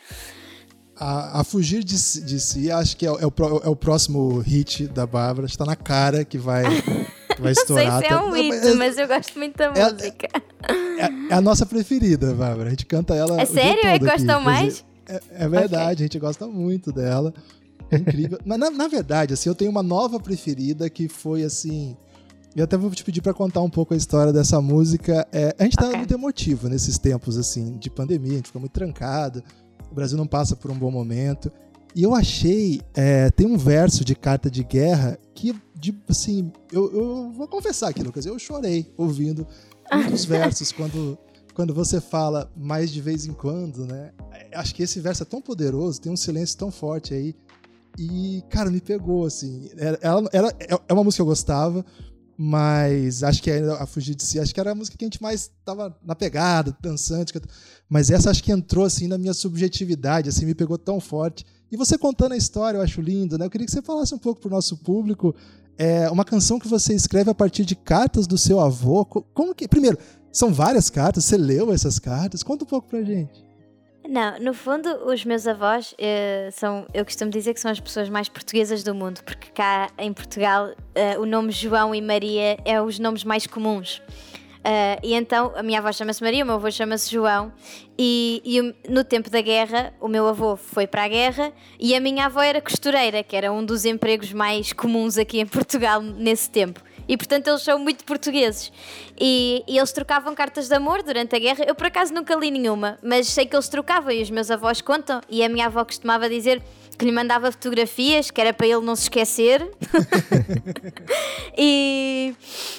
A Fugir de Si, acho que é o próximo hit da Bárbara. Está na cara que vai estourar. Não sei se é um hit, mas eu gosto muito da música. É a nossa preferida, Bárbara. A gente canta ela. É sério? É que gostam aqui. mais? É verdade, okay. A gente gosta muito dela. É incrível. Mas na verdade, assim, eu tenho uma nova preferida que foi assim. Eu até vou te pedir para contar um pouco a história dessa música. A gente tá muito emotivo nesses tempos assim de pandemia, a gente fica muito trancado. O Brasil não passa por um bom momento. E eu achei, tem um verso de Carta de Guerra que, assim, eu vou confessar aqui, Lucas, eu chorei ouvindo um dos versos quando você fala mais de vez em quando, né? Acho que esse verso é tão poderoso, tem um silêncio tão forte aí. E, cara, me pegou, assim. É uma música que eu gostava, mas acho que a Fugir de Si, acho que era a música que a gente mais tava na pegada, dançante. Mas essa acho que entrou, assim, na minha subjetividade, assim, me pegou tão forte. E você contando a história, eu acho lindo, né? Eu queria que você falasse um pouco pro nosso público. Uma canção que você escreve a partir de cartas do seu avô. Como que... Primeiro, são várias cartas, você leu essas cartas? Conta um pouco pra gente. Não, no fundo, os meus avós eu costumo dizer que são as pessoas mais portuguesas do mundo, porque cá em Portugal o nome João e Maria é os nomes mais comuns. E então a minha avó chama-se Maria, o meu avô chama-se João, e no tempo da guerra o meu avô foi para a guerra e a minha avó era costureira, que era um dos empregos mais comuns aqui em Portugal nesse tempo. E portanto eles são muito portugueses e eles trocavam cartas de amor durante a guerra. Eu por acaso nunca li nenhuma, mas sei que eles trocavam e os meus avós contam. E a minha avó costumava dizer que lhe mandava fotografias, que era para ele não se esquecer. E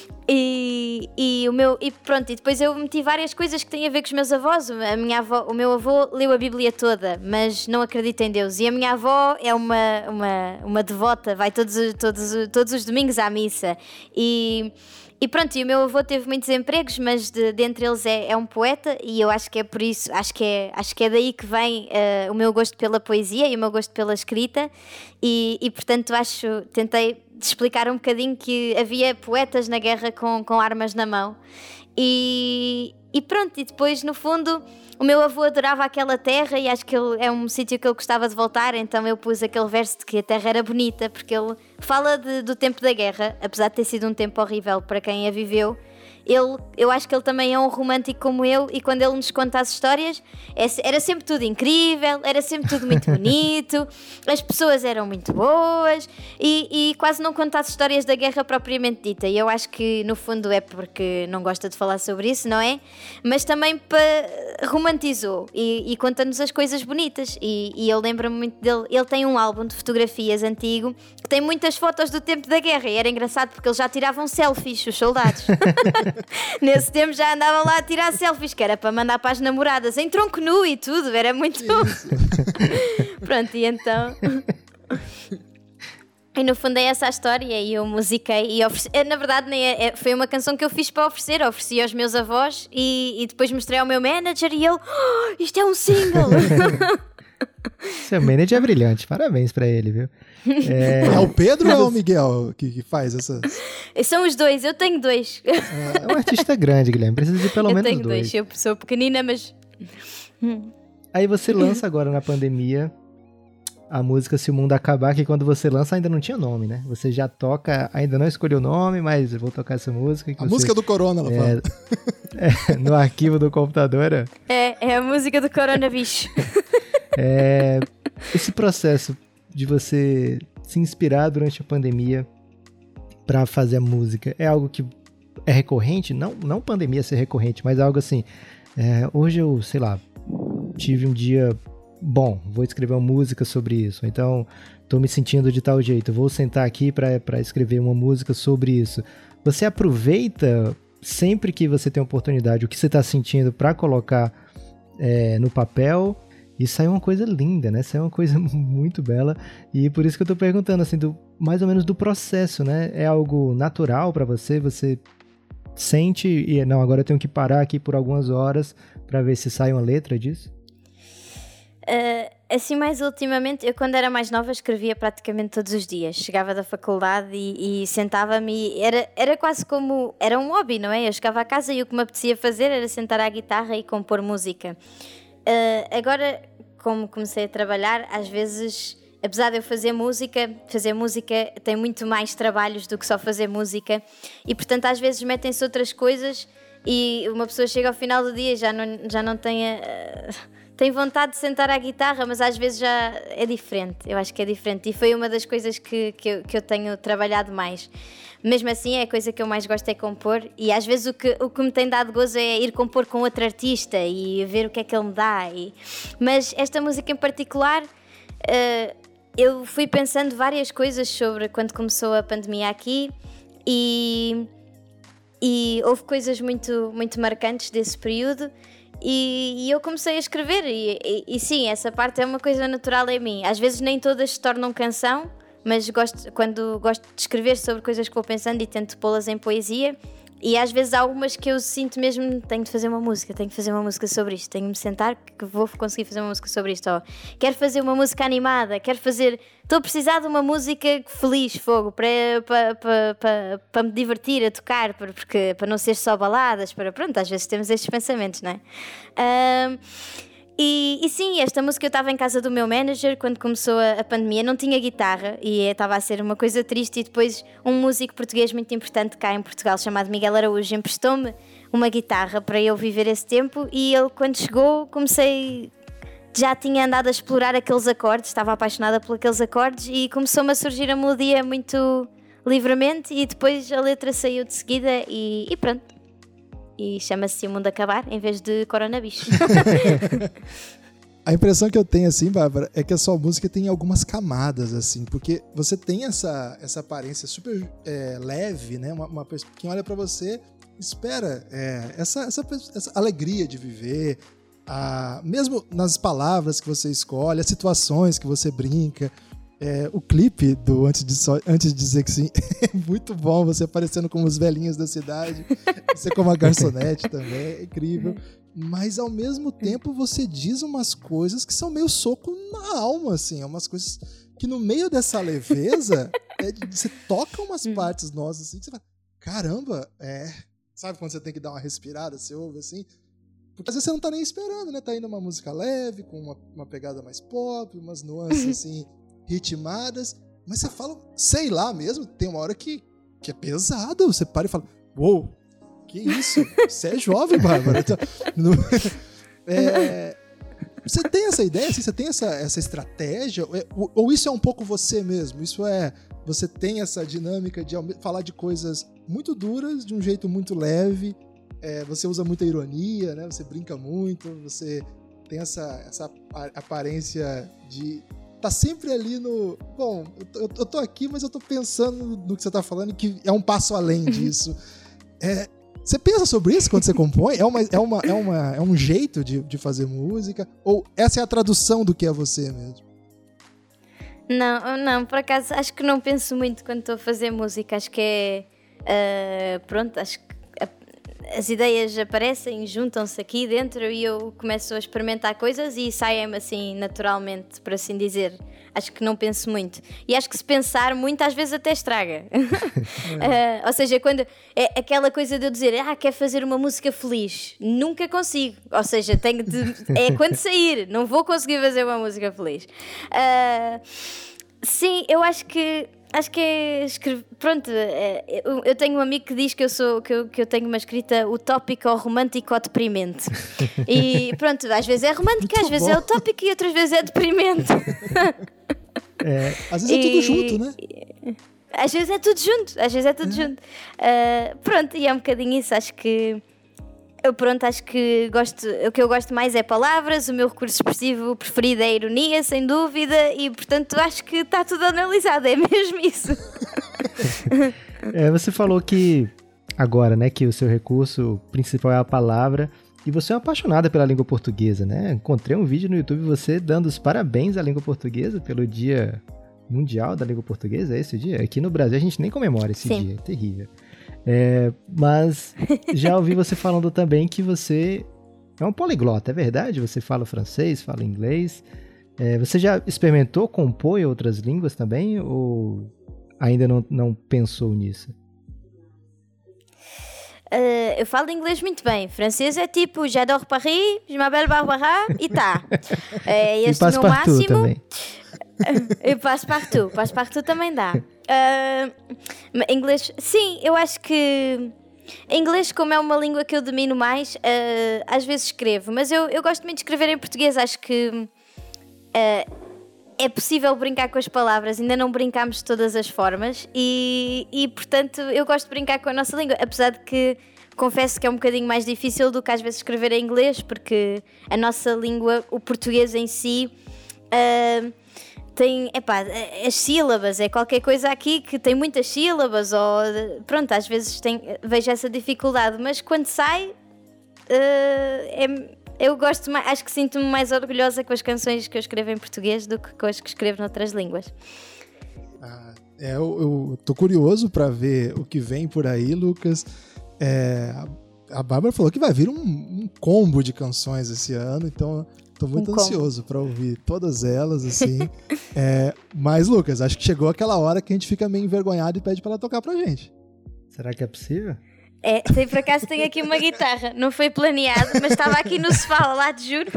pronto, e depois eu meti várias coisas que têm a ver com os meus avós. O meu avô leu a Bíblia toda, mas não acredita em Deus. E a minha avó é uma devota, vai todos os domingos à missa. E pronto, e o meu avô teve muitos empregos, mas dentre eles é um poeta, e eu acho que é por isso, acho que é daí que vem o meu gosto pela poesia e o meu gosto pela escrita, e portanto tentei explicar um bocadinho que havia poetas na guerra com armas na mão, e pronto, e depois no fundo o meu avô adorava aquela terra e acho que é um sítio que ele gostava de voltar, então eu pus aquele verso de que a terra era bonita, porque ele fala do tempo da guerra, apesar de ter sido um tempo horrível para quem a viveu. Eu acho que ele também é um romântico como eu, e quando ele nos conta as histórias era sempre tudo incrível, era sempre tudo muito bonito, as pessoas eram muito boas, e quase não conta as histórias da guerra propriamente dita, e eu acho que no fundo é porque não gosta de falar sobre isso, não é? Mas também romantizou e conta-nos as coisas bonitas, e eu lembro-me muito dele. Ele tem um álbum de fotografias antigo que tem muitas fotos do tempo da guerra, e era engraçado porque eles já tiravam selfies, os soldados. Nesse tempo já andavam lá a tirar selfies, que era para mandar para as namoradas em tronco nu e tudo, era muito pronto, e então e no fundo é essa a história, e eu musiquei e ofereci, na verdade foi uma canção que eu fiz para ofereci aos meus avós, e depois mostrei ao meu manager e ele, isto é um single. Seu manager é brilhante, parabéns pra ele, viu? É o Pedro ou é o Miguel que faz essas? São os dois, eu tenho dois. É um artista grande, Guilherme, precisa de pelo menos dois. Eu tenho dois, eu sou pequenina, mas... Aí você lança agora na pandemia a música Se o Mundo Acabar, que quando você lança ainda não tinha nome, né? Você já toca, ainda não escolheu o nome, mas eu vou tocar essa música. Música do Corona, ela fala. No arquivo do computador. É a música do Corona, bicho. Esse processo de você se inspirar durante a pandemia para fazer a música é algo que é recorrente? Não pandemia ser recorrente, mas algo assim, hoje eu, sei lá, tive um dia bom, vou escrever uma música sobre isso, então tô me sentindo de tal jeito, vou sentar aqui para escrever uma música sobre isso. você aproveita sempre que você tem oportunidade o que você está sentindo para colocar no papel. Isso aí é uma coisa linda, né? Isso é uma coisa muito bela. E por isso que eu tô perguntando, assim, mais ou menos do processo, né? É algo natural para você? Você sente e não, agora eu tenho que parar aqui por algumas horas para ver se sai uma letra disso? Assim, mais ultimamente, eu quando era mais nova escrevia praticamente todos os dias. Chegava da faculdade e sentava-me, era quase como, era um hobby, não é? Eu chegava a casa e o que me apetecia fazer era sentar à guitarra e compor música. Agora, como comecei a trabalhar, às vezes, apesar de eu fazer música tem muito mais trabalhos do que só fazer música e, portanto, às vezes metem-se outras coisas e uma pessoa chega ao final do dia e já não tem vontade de sentar à guitarra, mas às vezes já é diferente. Eu acho que é diferente e foi uma das coisas que eu tenho trabalhado mais. Mesmo assim, a coisa que eu mais gosto é compor e às vezes o que me tem dado gozo é ir compor com outro artista e ver o que é que ele me dá. Mas esta música em particular, eu fui pensando várias coisas sobre quando começou a pandemia aqui e houve coisas muito, muito marcantes desse período. E eu comecei a escrever e sim, essa parte é uma coisa natural em mim. Às vezes nem todas se tornam canção, mas quando gosto de escrever sobre coisas que vou pensando e tento pô-las em poesia. E às vezes há algumas que eu sinto mesmo, tenho de fazer uma música sobre isto, tenho de me sentar que vou conseguir fazer uma música sobre isto. Quero fazer uma música animada, estou a precisar de uma música feliz, fogo, para me divertir a tocar, para não ser só baladas, pronto, às vezes temos estes pensamentos, não é? E sim, esta música eu estava em casa do meu manager quando começou a pandemia, não tinha guitarra e estava a ser uma coisa triste e depois um músico português muito importante cá em Portugal chamado Miguel Araújo emprestou-me uma guitarra para eu viver esse tempo e ele quando chegou já tinha andado a explorar aqueles acordes, estava apaixonada por aqueles acordes e começou-me a surgir a melodia muito livremente e depois a letra saiu de seguida e pronto. E chama-se O Mundo Acabar, em vez de Coronabicho. A impressão que eu tenho, assim, Bárbara, é que a sua música tem algumas camadas, assim, porque você tem essa aparência super leve, né? Uma pessoa que olha pra você, espera essa alegria de viver, mesmo nas palavras que você escolhe, as situações que você brinca. O clipe do Antes de Dizer Que Sim é muito bom, você aparecendo como os velhinhos da cidade, você como a garçonete também, é incrível. Mas ao mesmo tempo você diz umas coisas que são meio soco na alma, assim, umas coisas que no meio dessa leveza você toca umas partes nossas assim, que você fala, caramba, sabe quando você tem que dar uma respirada, você ouve assim? Porque às vezes você não tá nem esperando, né? Tá indo uma música leve, com uma pegada mais pop, umas nuances assim ritmadas, mas você fala, sei lá mesmo, tem uma hora que é pesado, você para e fala, uou, que isso? Você é jovem, Bárbara. Você tem essa ideia, assim, você tem essa estratégia, ou isso é um pouco você mesmo? Você tem essa dinâmica de falar de coisas muito duras, de um jeito muito leve, você usa muita ironia, né? Você brinca muito, você tem essa aparência de tá sempre ali no... Bom, eu tô aqui, mas eu tô pensando no que você tá falando, que é um passo além disso. Você pensa sobre isso quando você compõe? É um jeito de fazer música? Ou essa é a tradução do que é você mesmo? Não, por acaso, acho que não penso muito quando estou a fazer música. Acho que pronto, acho que as ideias aparecem, juntam-se aqui dentro e eu começo a experimentar coisas e saem-me assim naturalmente, por assim dizer. Acho que não penso muito. E acho que se pensar muito, às vezes até estraga. Ou seja, quando é aquela coisa de eu dizer, quero fazer uma música feliz, nunca consigo. Ou seja, quando sair, não vou conseguir fazer uma música feliz. Sim, eu acho que é escrever. Pronto, eu tenho um amigo que diz que eu tenho uma escrita utópica ou romântica ou deprimente. E pronto, às vezes é romântica, às vezes é utópica e outras vezes é deprimente. Às vezes é tudo junto, né? Às vezes é tudo junto. Pronto, e é um bocadinho isso. Acho que o que eu gosto mais é palavras, o meu recurso expressivo preferido é a ironia, sem dúvida, e portanto acho que está tudo analisado, é mesmo isso. Você falou que agora, né, que o seu recurso principal é a palavra e você é uma apaixonada pela língua portuguesa, né? Encontrei um vídeo no YouTube você dando os parabéns à língua portuguesa pelo Dia Mundial da Língua Portuguesa, é esse o dia? Aqui no Brasil a gente nem comemora esse Sim. dia, é terrível. Mas já ouvi você falando também que você é um poliglota, é verdade? Você fala francês, fala inglês. Você já experimentou compor em outras línguas também ou ainda não pensou nisso? Eu falo inglês muito bem. Francês é tipo j'adore Paris, je m'appelle Barbara e tá. E Este passe no partout máximo. também. Eu passo partout também dá. Inglês, sim, eu acho que inglês, como é uma língua que eu domino mais, às vezes escrevo, mas eu gosto muito de escrever em português. Acho que é possível brincar com as palavras, ainda não brincámos de todas as formas e portanto eu gosto de brincar com a nossa língua, apesar de que confesso que é um bocadinho mais difícil do que às vezes escrever em inglês, porque a nossa língua, o português em si, tem, as sílabas, é qualquer coisa aqui que tem muitas sílabas, ou pronto, às vezes vejo essa dificuldade, mas quando sai, eu gosto mais, acho que sinto-me mais orgulhosa com as canções que eu escrevo em português do que com as que escrevo noutras línguas. Eu tô curioso pra ver o que vem por aí, Lucas. A Bárbara falou que vai vir um combo de canções esse ano, então tô muito ansioso pra ouvir todas elas, assim. Mas, Lucas, acho que chegou aquela hora que a gente fica meio envergonhado e pede pra ela tocar pra gente. Será que é possível? Por acaso tenho aqui uma guitarra, não foi planeado, mas estava aqui no sofá ao lado, juro.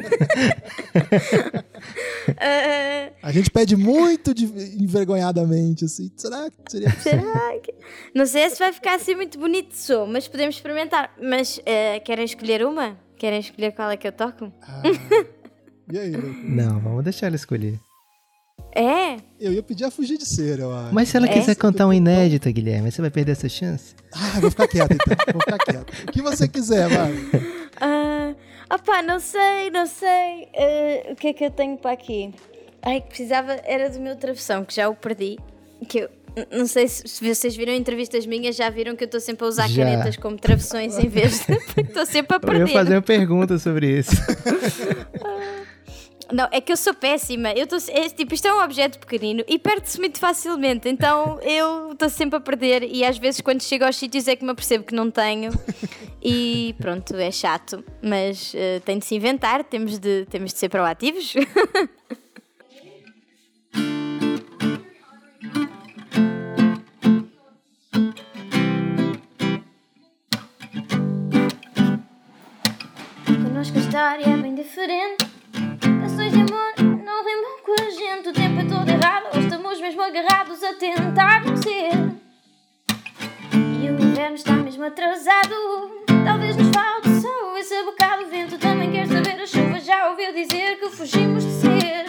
A gente pede muito envergonhadamente, assim. Será que seria possível? Não sei se vai ficar assim muito bonito de som, mas podemos experimentar. Mas querem escolher uma? Querem escolher qual é que eu toco? E aí, Lucas? Não, vamos deixar ela escolher. Eu ia pedir a Fugir de Ser, eu acho. Mas se ela quiser cantar um inédito, Guilherme, você vai perder essa chance? Vou ficar quieto então. Vou ficar quieto. O que você quiser, Bárbara. Não sei. O que é que eu tenho para aqui? Que precisava, era do meu travessão, que já o perdi. Que eu não sei se vocês viram entrevistas minhas, já viram que eu estou sempre a usar canetas como travessões em vez de... Porque estou sempre a perder. Eu ia fazer uma pergunta sobre isso. Não, é que eu sou péssima. Isto é um objeto pequenino e perde-se muito facilmente. Então eu estou sempre a perder e às vezes quando chego aos sítios é que me apercebo que não tenho. E pronto, é chato. Mas tem de se inventar, temos de ser proativos. Connosco a história é bem diferente. Canções de amor não rimam com a gente. O tempo é todo errado, ou estamos mesmo agarrados a tentar não ser. E o inverno está mesmo atrasado. Talvez nos falte só esse bocado. O vento também quer saber, a chuva já ouviu dizer que fugimos de ser.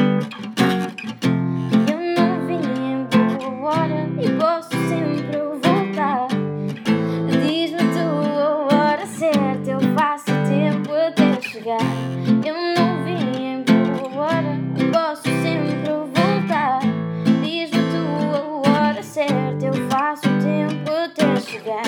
Eu não vim em boa hora e posso sempre voltar. Diz-me tu a hora certa, eu faço tempo até chegar. Eu não vim em boa hora, posso sempre voltar. Diz-me tu a hora certa, eu faço tempo até chegar.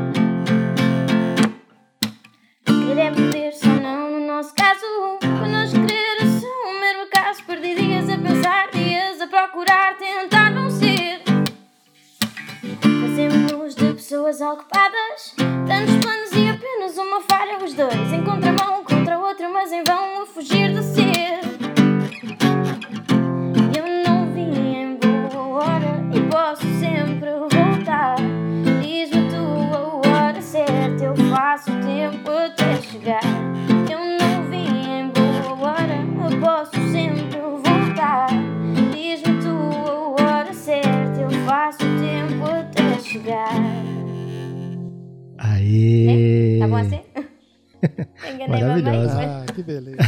Querer poder só não no nosso caso. Connosco querer é só um mero acaso. Perdi dias a pensar, dias a procurar, tentar não ser. Fazemos-nos de pessoas ocupadas. Tantos planos e apenas uma falha. Os dois em contramão contra o outro, mas em vão a fugir de ser. Eu não vim em boa hora e posso sempre voltar. Diz-me tu a hora certa, eu faço tempo até chegar. Eu não vim em boa hora, eu posso sempre voltar. Diz-me tu a hora certa, eu faço tempo até chegar. Aê! Tá bom assim? Enganei a mamãe. Que beleza.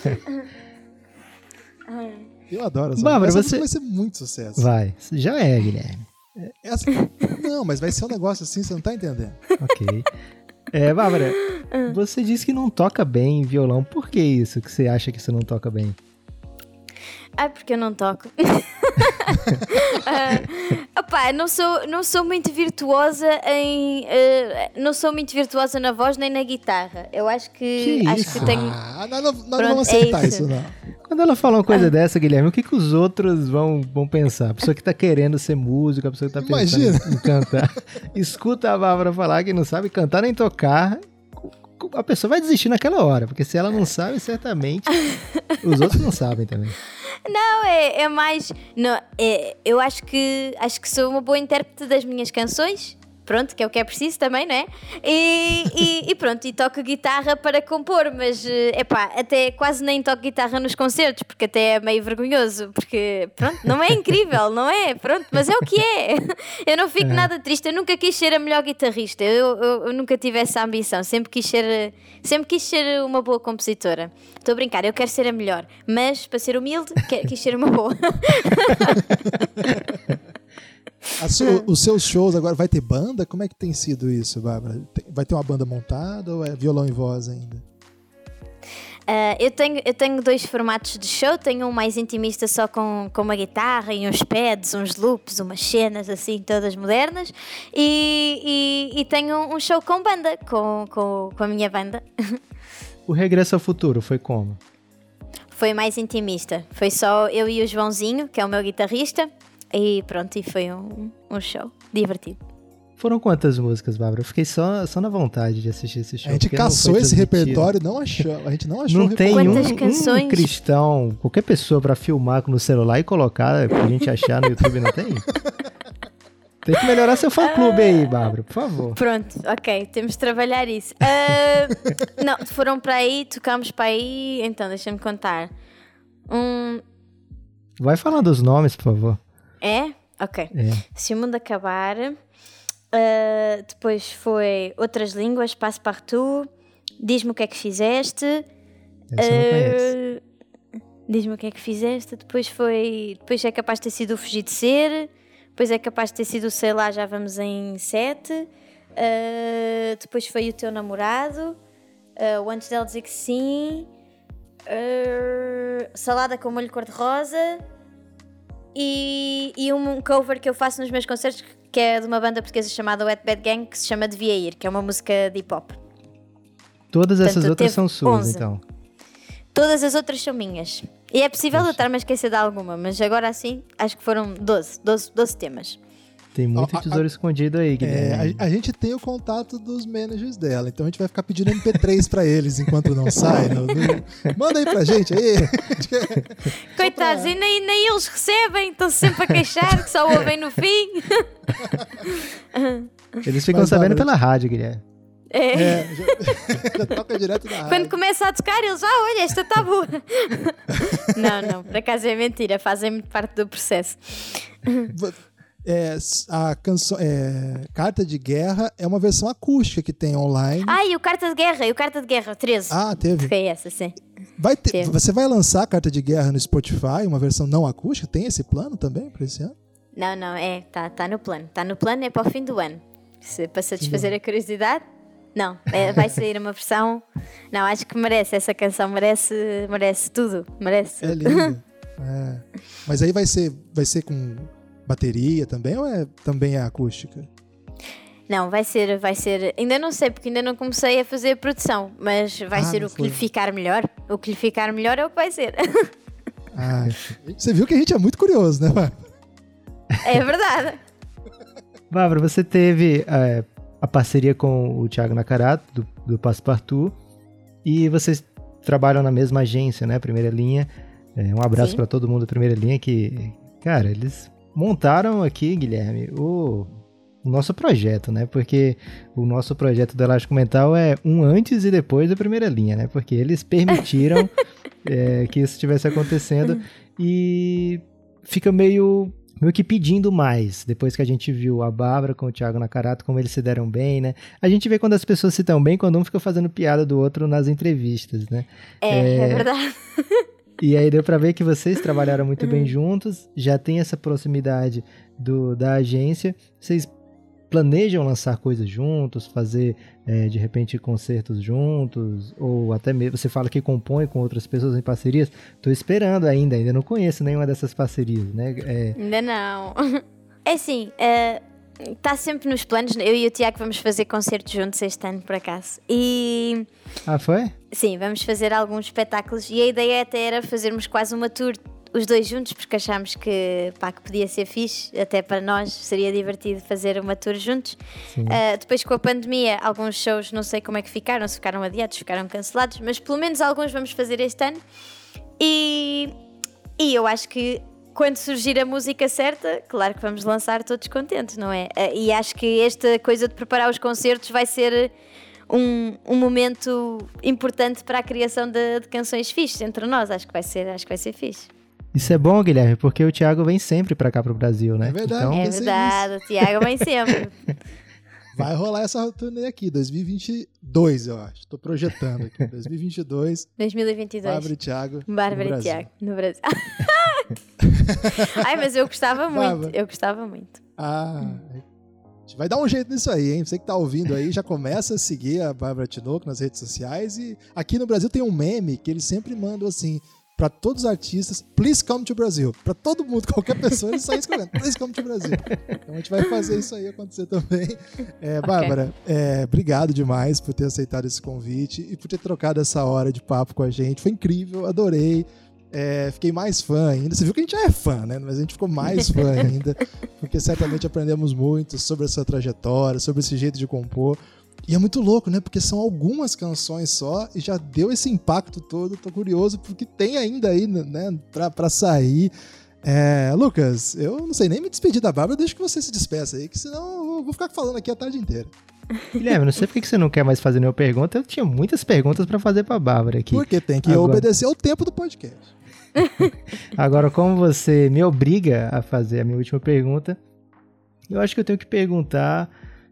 Eu adoro essa Bárbara, música. Vai ser muito sucesso. Vai, já é, Guilherme. Não, mas vai ser um negócio assim, você não tá entendendo. Ok. Bárbara, você disse que não toca bem violão. Por que isso que você acha que você não toca bem? Ai, porque eu não toco. Opá, não sou muito virtuosa não sou muito virtuosa na voz nem na guitarra. Eu acho que tenho. Nós não vamos aceitar isso, não. Quando ela fala uma coisa dessa, Guilherme, o que os outros vão pensar? A pessoa que tá querendo ser música, a pessoa que tá pensando em cantar. Escuta a Bárbara falar que não sabe cantar nem tocar, a pessoa vai desistir naquela hora, porque se ela não sabe, certamente os outros não sabem também. Não, é mais. Não, eu acho que sou uma boa intérprete das minhas canções. Pronto, que é o que é preciso também, não é? E pronto, e toco guitarra para compor, mas até quase nem toco guitarra nos concertos, porque até é meio vergonhoso, porque pronto, não é incrível, não é? Pronto, mas é o que é. Eu não fico nada triste, eu nunca quis ser a melhor guitarrista, eu nunca tive essa ambição, sempre quis ser uma boa compositora. Estou a brincar, eu quero ser a melhor, mas para ser humilde, quis ser uma boa. Os seus shows agora vai ter banda? Como é que tem sido isso, Bárbara? Vai ter uma banda montada ou é violão e voz ainda? Eu tenho 2 formatos de show. Tenho um mais intimista só com uma guitarra e uns pads, uns loops, umas cenas assim todas modernas, e tenho um show com banda, com a minha banda. O Regresso ao Futuro foi como? Foi mais intimista, foi só eu e o Joãozinho, que é o meu guitarrista. E pronto, e foi um show divertido. Foram quantas músicas, Bárbara? Eu fiquei só na vontade de assistir esse show. A gente caçou esse repertório, a gente não achou. Não tem um cristão, qualquer pessoa pra filmar no celular e colocar pra gente achar no YouTube, não tem? Tem que melhorar seu fã-clube aí, Bárbara, por favor. Pronto, ok, temos de trabalhar isso. Não, foram para aí, tocámos para aí, então deixa-me contar. Vai falar dos nomes, por favor. É? Ok. Se o mundo acabar, depois foi Outras Línguas, Passepartout, Diz-me o que é que fizeste. Essa eu não conheço. Diz-me o que é que fizeste. Depois é capaz de ter sido o Fugir de Ser. Depois é capaz de ter sido o Sei Lá, já vamos em 7. Depois foi O Teu Namorado. O Antes dela dizer que sim. Salada com molho cor-de-rosa. E um cover que eu faço nos meus concertos, que é de uma banda portuguesa chamada Wet Bad Gang, que se chama Devia Ir, que é uma música de hip-hop. Todas essas outras são suas, 11. Então? Todas as outras são minhas. E é possível eu estar-me a esquecer de alguma, mas agora assim, acho que foram 12 temas. Tem muito tesouro escondido aí, Guilherme. A gente tem o contato dos managers dela, então a gente vai ficar pedindo MP3 pra eles enquanto não sai. Manda aí pra gente aí. Coitados, e nem eles recebem, estão sempre a queixar que só ouvem no fim. Eles ficam sabendo pela rádio, Guilherme. Já toca direto da rádio. Quando começa a tocar, eles, olha, esta está boa. Não, por acaso é mentira, fazem muito parte do processo. A canção Carta de Guerra é uma versão acústica que tem online. E o Carta de Guerra 13. Teve. Foi essa, sim. Você vai lançar a Carta de Guerra no Spotify, uma versão não acústica? Tem esse plano também para esse ano? Não, tá no plano. Está no plano, é para o fim do ano. Para satisfazer a curiosidade. Não, vai sair uma versão. Não, acho que merece, essa canção merece tudo. Merece. É linda. Mas aí vai ser com bateria também ou também é acústica? Não, vai ser. Ainda não sei, porque ainda não comecei a fazer a produção, mas vai ser o que lhe ficar melhor. O que lhe ficar melhor é o que vai ser. Você viu que a gente é muito curioso, né, Bárbara? É verdade. Bárbara, você teve a parceria com o Thiago Nakarato, do Passepartout, e vocês trabalham na mesma agência, né? Primeira Linha. Um abraço para todo mundo da Primeira Linha, que, cara, eles montaram aqui, Guilherme, o nosso projeto, né? Porque o nosso projeto do Elástico Mental é um antes e depois da Primeira Linha, né? Porque eles permitiram que isso estivesse acontecendo e fica meio que pedindo mais, depois que a gente viu a Bárbara com o Thiago Nakarato, como eles se deram bem, né? A gente vê quando as pessoas se dão bem, quando um fica fazendo piada do outro nas entrevistas, né? É verdade. E aí deu pra ver que vocês trabalharam muito bem juntos, já tem essa proximidade da agência, vocês planejam lançar coisas juntos, fazer de repente concertos juntos, ou até mesmo você fala que compõe com outras pessoas em parcerias? Tô esperando ainda não conheço nenhuma dessas parcerias, né? Ainda não. É assim, está sempre nos planos. Eu e o Tiago vamos fazer concertos juntos este ano, por acaso. E... Ah, foi? Sim, vamos fazer alguns espetáculos e a ideia até era fazermos quase uma tour os dois juntos, porque achámos que podia ser fixe, até para nós seria divertido fazer uma tour juntos. Depois com a pandemia, alguns shows não sei como é que ficaram, se ficaram adiados, ficaram cancelados, mas pelo menos alguns vamos fazer este ano. E eu acho que quando surgir a música certa, claro que vamos lançar todos contentes, não é? E acho que esta coisa de preparar os concertos vai ser um momento importante para a criação de canções fixes entre nós. Acho que vai ser fixe. Isso é bom, Guilherme, porque o Thiago vem sempre pra cá pro Brasil, né? É verdade. Então... É verdade, o Thiago vem sempre. Vai rolar essa turnê aqui, 2022, eu acho. Tô projetando aqui, 2022. 2022. Bárbara e Thiago. Bárbara e Thiago, no Brasil. Ai, mas eu gostava muito. Ah, a gente vai dar um jeito nisso aí, hein? Você que tá ouvindo aí, já começa a seguir a Bárbara Tinoco nas redes sociais. E aqui no Brasil tem um meme que eles sempre mandam assim, pra todos os artistas, please come to Brasil. Pra todo mundo, qualquer pessoa, eles saem escrevendo, please come to Brasil. Então a gente vai fazer isso aí acontecer também. Bárbara, obrigado demais por ter aceitado esse convite e por ter trocado essa hora de papo com a gente. Foi incrível, adorei. Fiquei mais fã ainda. Você viu que a gente já é fã, né? Mas a gente ficou mais fã ainda, porque certamente aprendemos muito sobre a sua trajetória, sobre esse jeito de compor. E é muito louco, né? Porque são algumas canções só e já deu esse impacto todo. Tô curioso porque tem ainda aí, né? Pra sair. Lucas, eu não sei nem me despedir da Bárbara, deixa que você se despeça aí, que senão eu vou ficar falando aqui a tarde inteira. Guilherme, não sei por que você não quer mais fazer nenhuma pergunta. Eu tinha muitas perguntas pra fazer pra Bárbara aqui. Porque tem que obedecer ao tempo do podcast. Agora, como você me obriga a fazer a minha última pergunta, eu acho que eu tenho que perguntar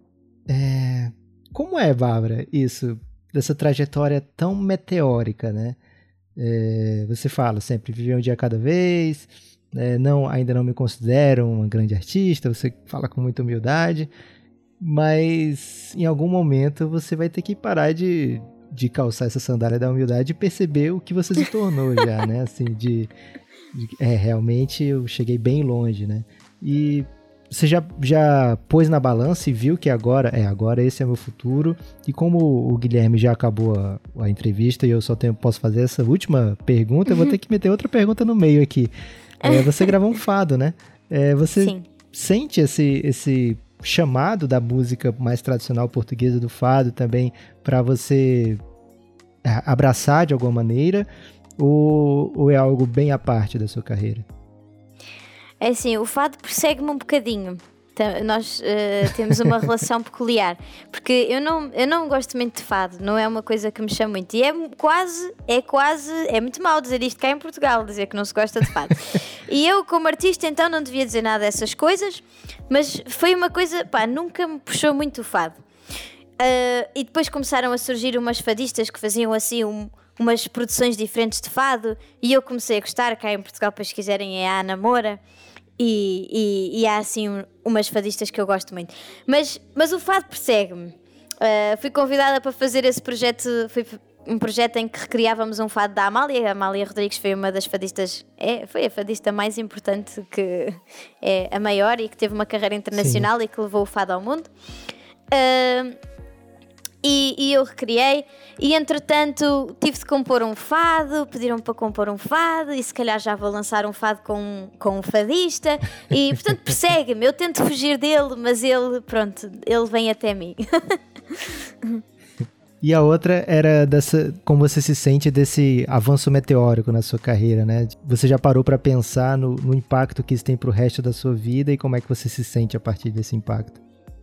como é, Bárbara, isso, dessa trajetória tão meteórica, né? Você fala sempre, viver um dia a cada vez, ainda não me considero uma grande artista, você fala com muita humildade, mas em algum momento você vai ter que parar de calçar essa sandália da humildade e perceber o que você se tornou já, né? Assim, realmente eu cheguei bem longe, né? E você já pôs na balança e viu que agora esse é meu futuro. E como o Guilherme já acabou a entrevista e eu só posso fazer essa última pergunta, eu vou ter que meter outra pergunta no meio aqui. Você gravou um fado, né? Você Sim. Sente esse chamado da música mais tradicional portuguesa do fado também para você abraçar de alguma maneira ou é algo bem à parte da sua carreira? É assim, o fado persegue-me um bocadinho. Nós temos uma relação peculiar, porque eu não gosto muito de fado, não é uma coisa que me chama muito, e é muito mau dizer isto cá em Portugal, dizer que não se gosta de fado. E eu, como artista, então não devia dizer nada dessas coisas, mas foi uma coisa, nunca me puxou muito o fado. E depois começaram a surgir umas fadistas que faziam assim umas produções diferentes de fado, e eu comecei a gostar. Cá em Portugal, para se quiserem, é a Ana Moura. E há assim umas fadistas que eu gosto muito, mas o fado persegue-me. Fui convidada para fazer esse projeto, foi um projeto em que recriávamos um fado da Amália. A Amália Rodrigues foi uma das fadistas, foi a fadista mais importante, que é a maior e que teve uma carreira internacional. Sim. E que levou o fado ao mundo. E eu recriei, e entretanto tive de compor um fado, pediram-me para compor um fado, e se calhar já vou lançar um fado com um fadista, e portanto persegue-me, eu tento fugir dele, mas ele vem até mim. E a outra era como você se sente desse avanço meteórico na sua carreira, né? Você já parou para pensar no impacto que isso tem pro resto da sua vida, e como é que você se sente a partir desse impacto?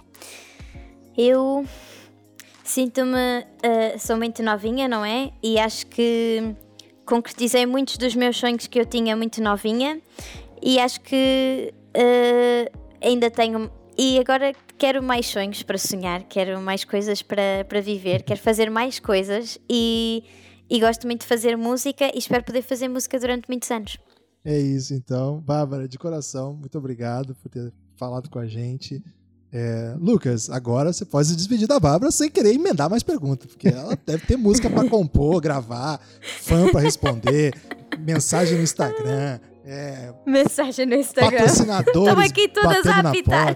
Eu sinto-me, sou muito novinha, não é? E acho que concretizei muitos dos meus sonhos que eu tinha muito novinha, e acho que ainda tenho, e agora quero mais sonhos para sonhar, quero mais coisas para viver, quero fazer mais coisas, e gosto muito de fazer música e espero poder fazer música durante muitos anos. É isso então, Bárbara, de coração, muito obrigado por ter falado com a gente. Lucas, agora você pode se despedir da Bárbara sem querer emendar mais perguntas, porque ela deve ter música pra compor, gravar, fã pra responder, mensagem no Instagram. Mensagem no Instagram. Patrocinadores. Estamos aqui todas a apitar.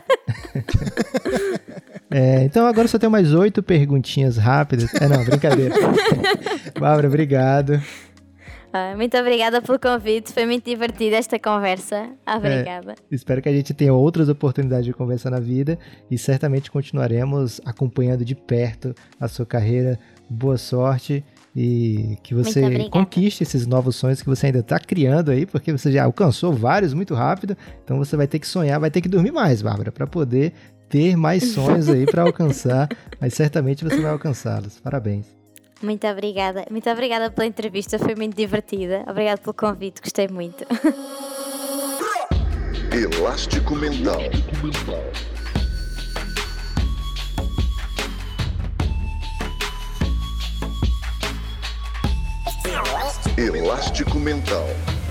Então agora só tenho mais 8 perguntinhas rápidas. Não, brincadeira. Bárbara, obrigado. Muito obrigada pelo convite, foi muito divertida esta conversa. Obrigada. Espero que a gente tenha outras oportunidades de conversar na vida e certamente continuaremos acompanhando de perto a sua carreira. Boa sorte e que você conquiste esses novos sonhos que você ainda está criando aí, porque você já alcançou vários muito rápido, então você vai ter que sonhar, vai ter que dormir mais, Bárbara, para poder ter mais sonhos aí para alcançar, mas certamente você vai alcançá-los. Parabéns. Muito obrigada pela entrevista, foi muito divertida. Obrigada pelo convite, gostei muito. Elástico Mental. Elástico Mental.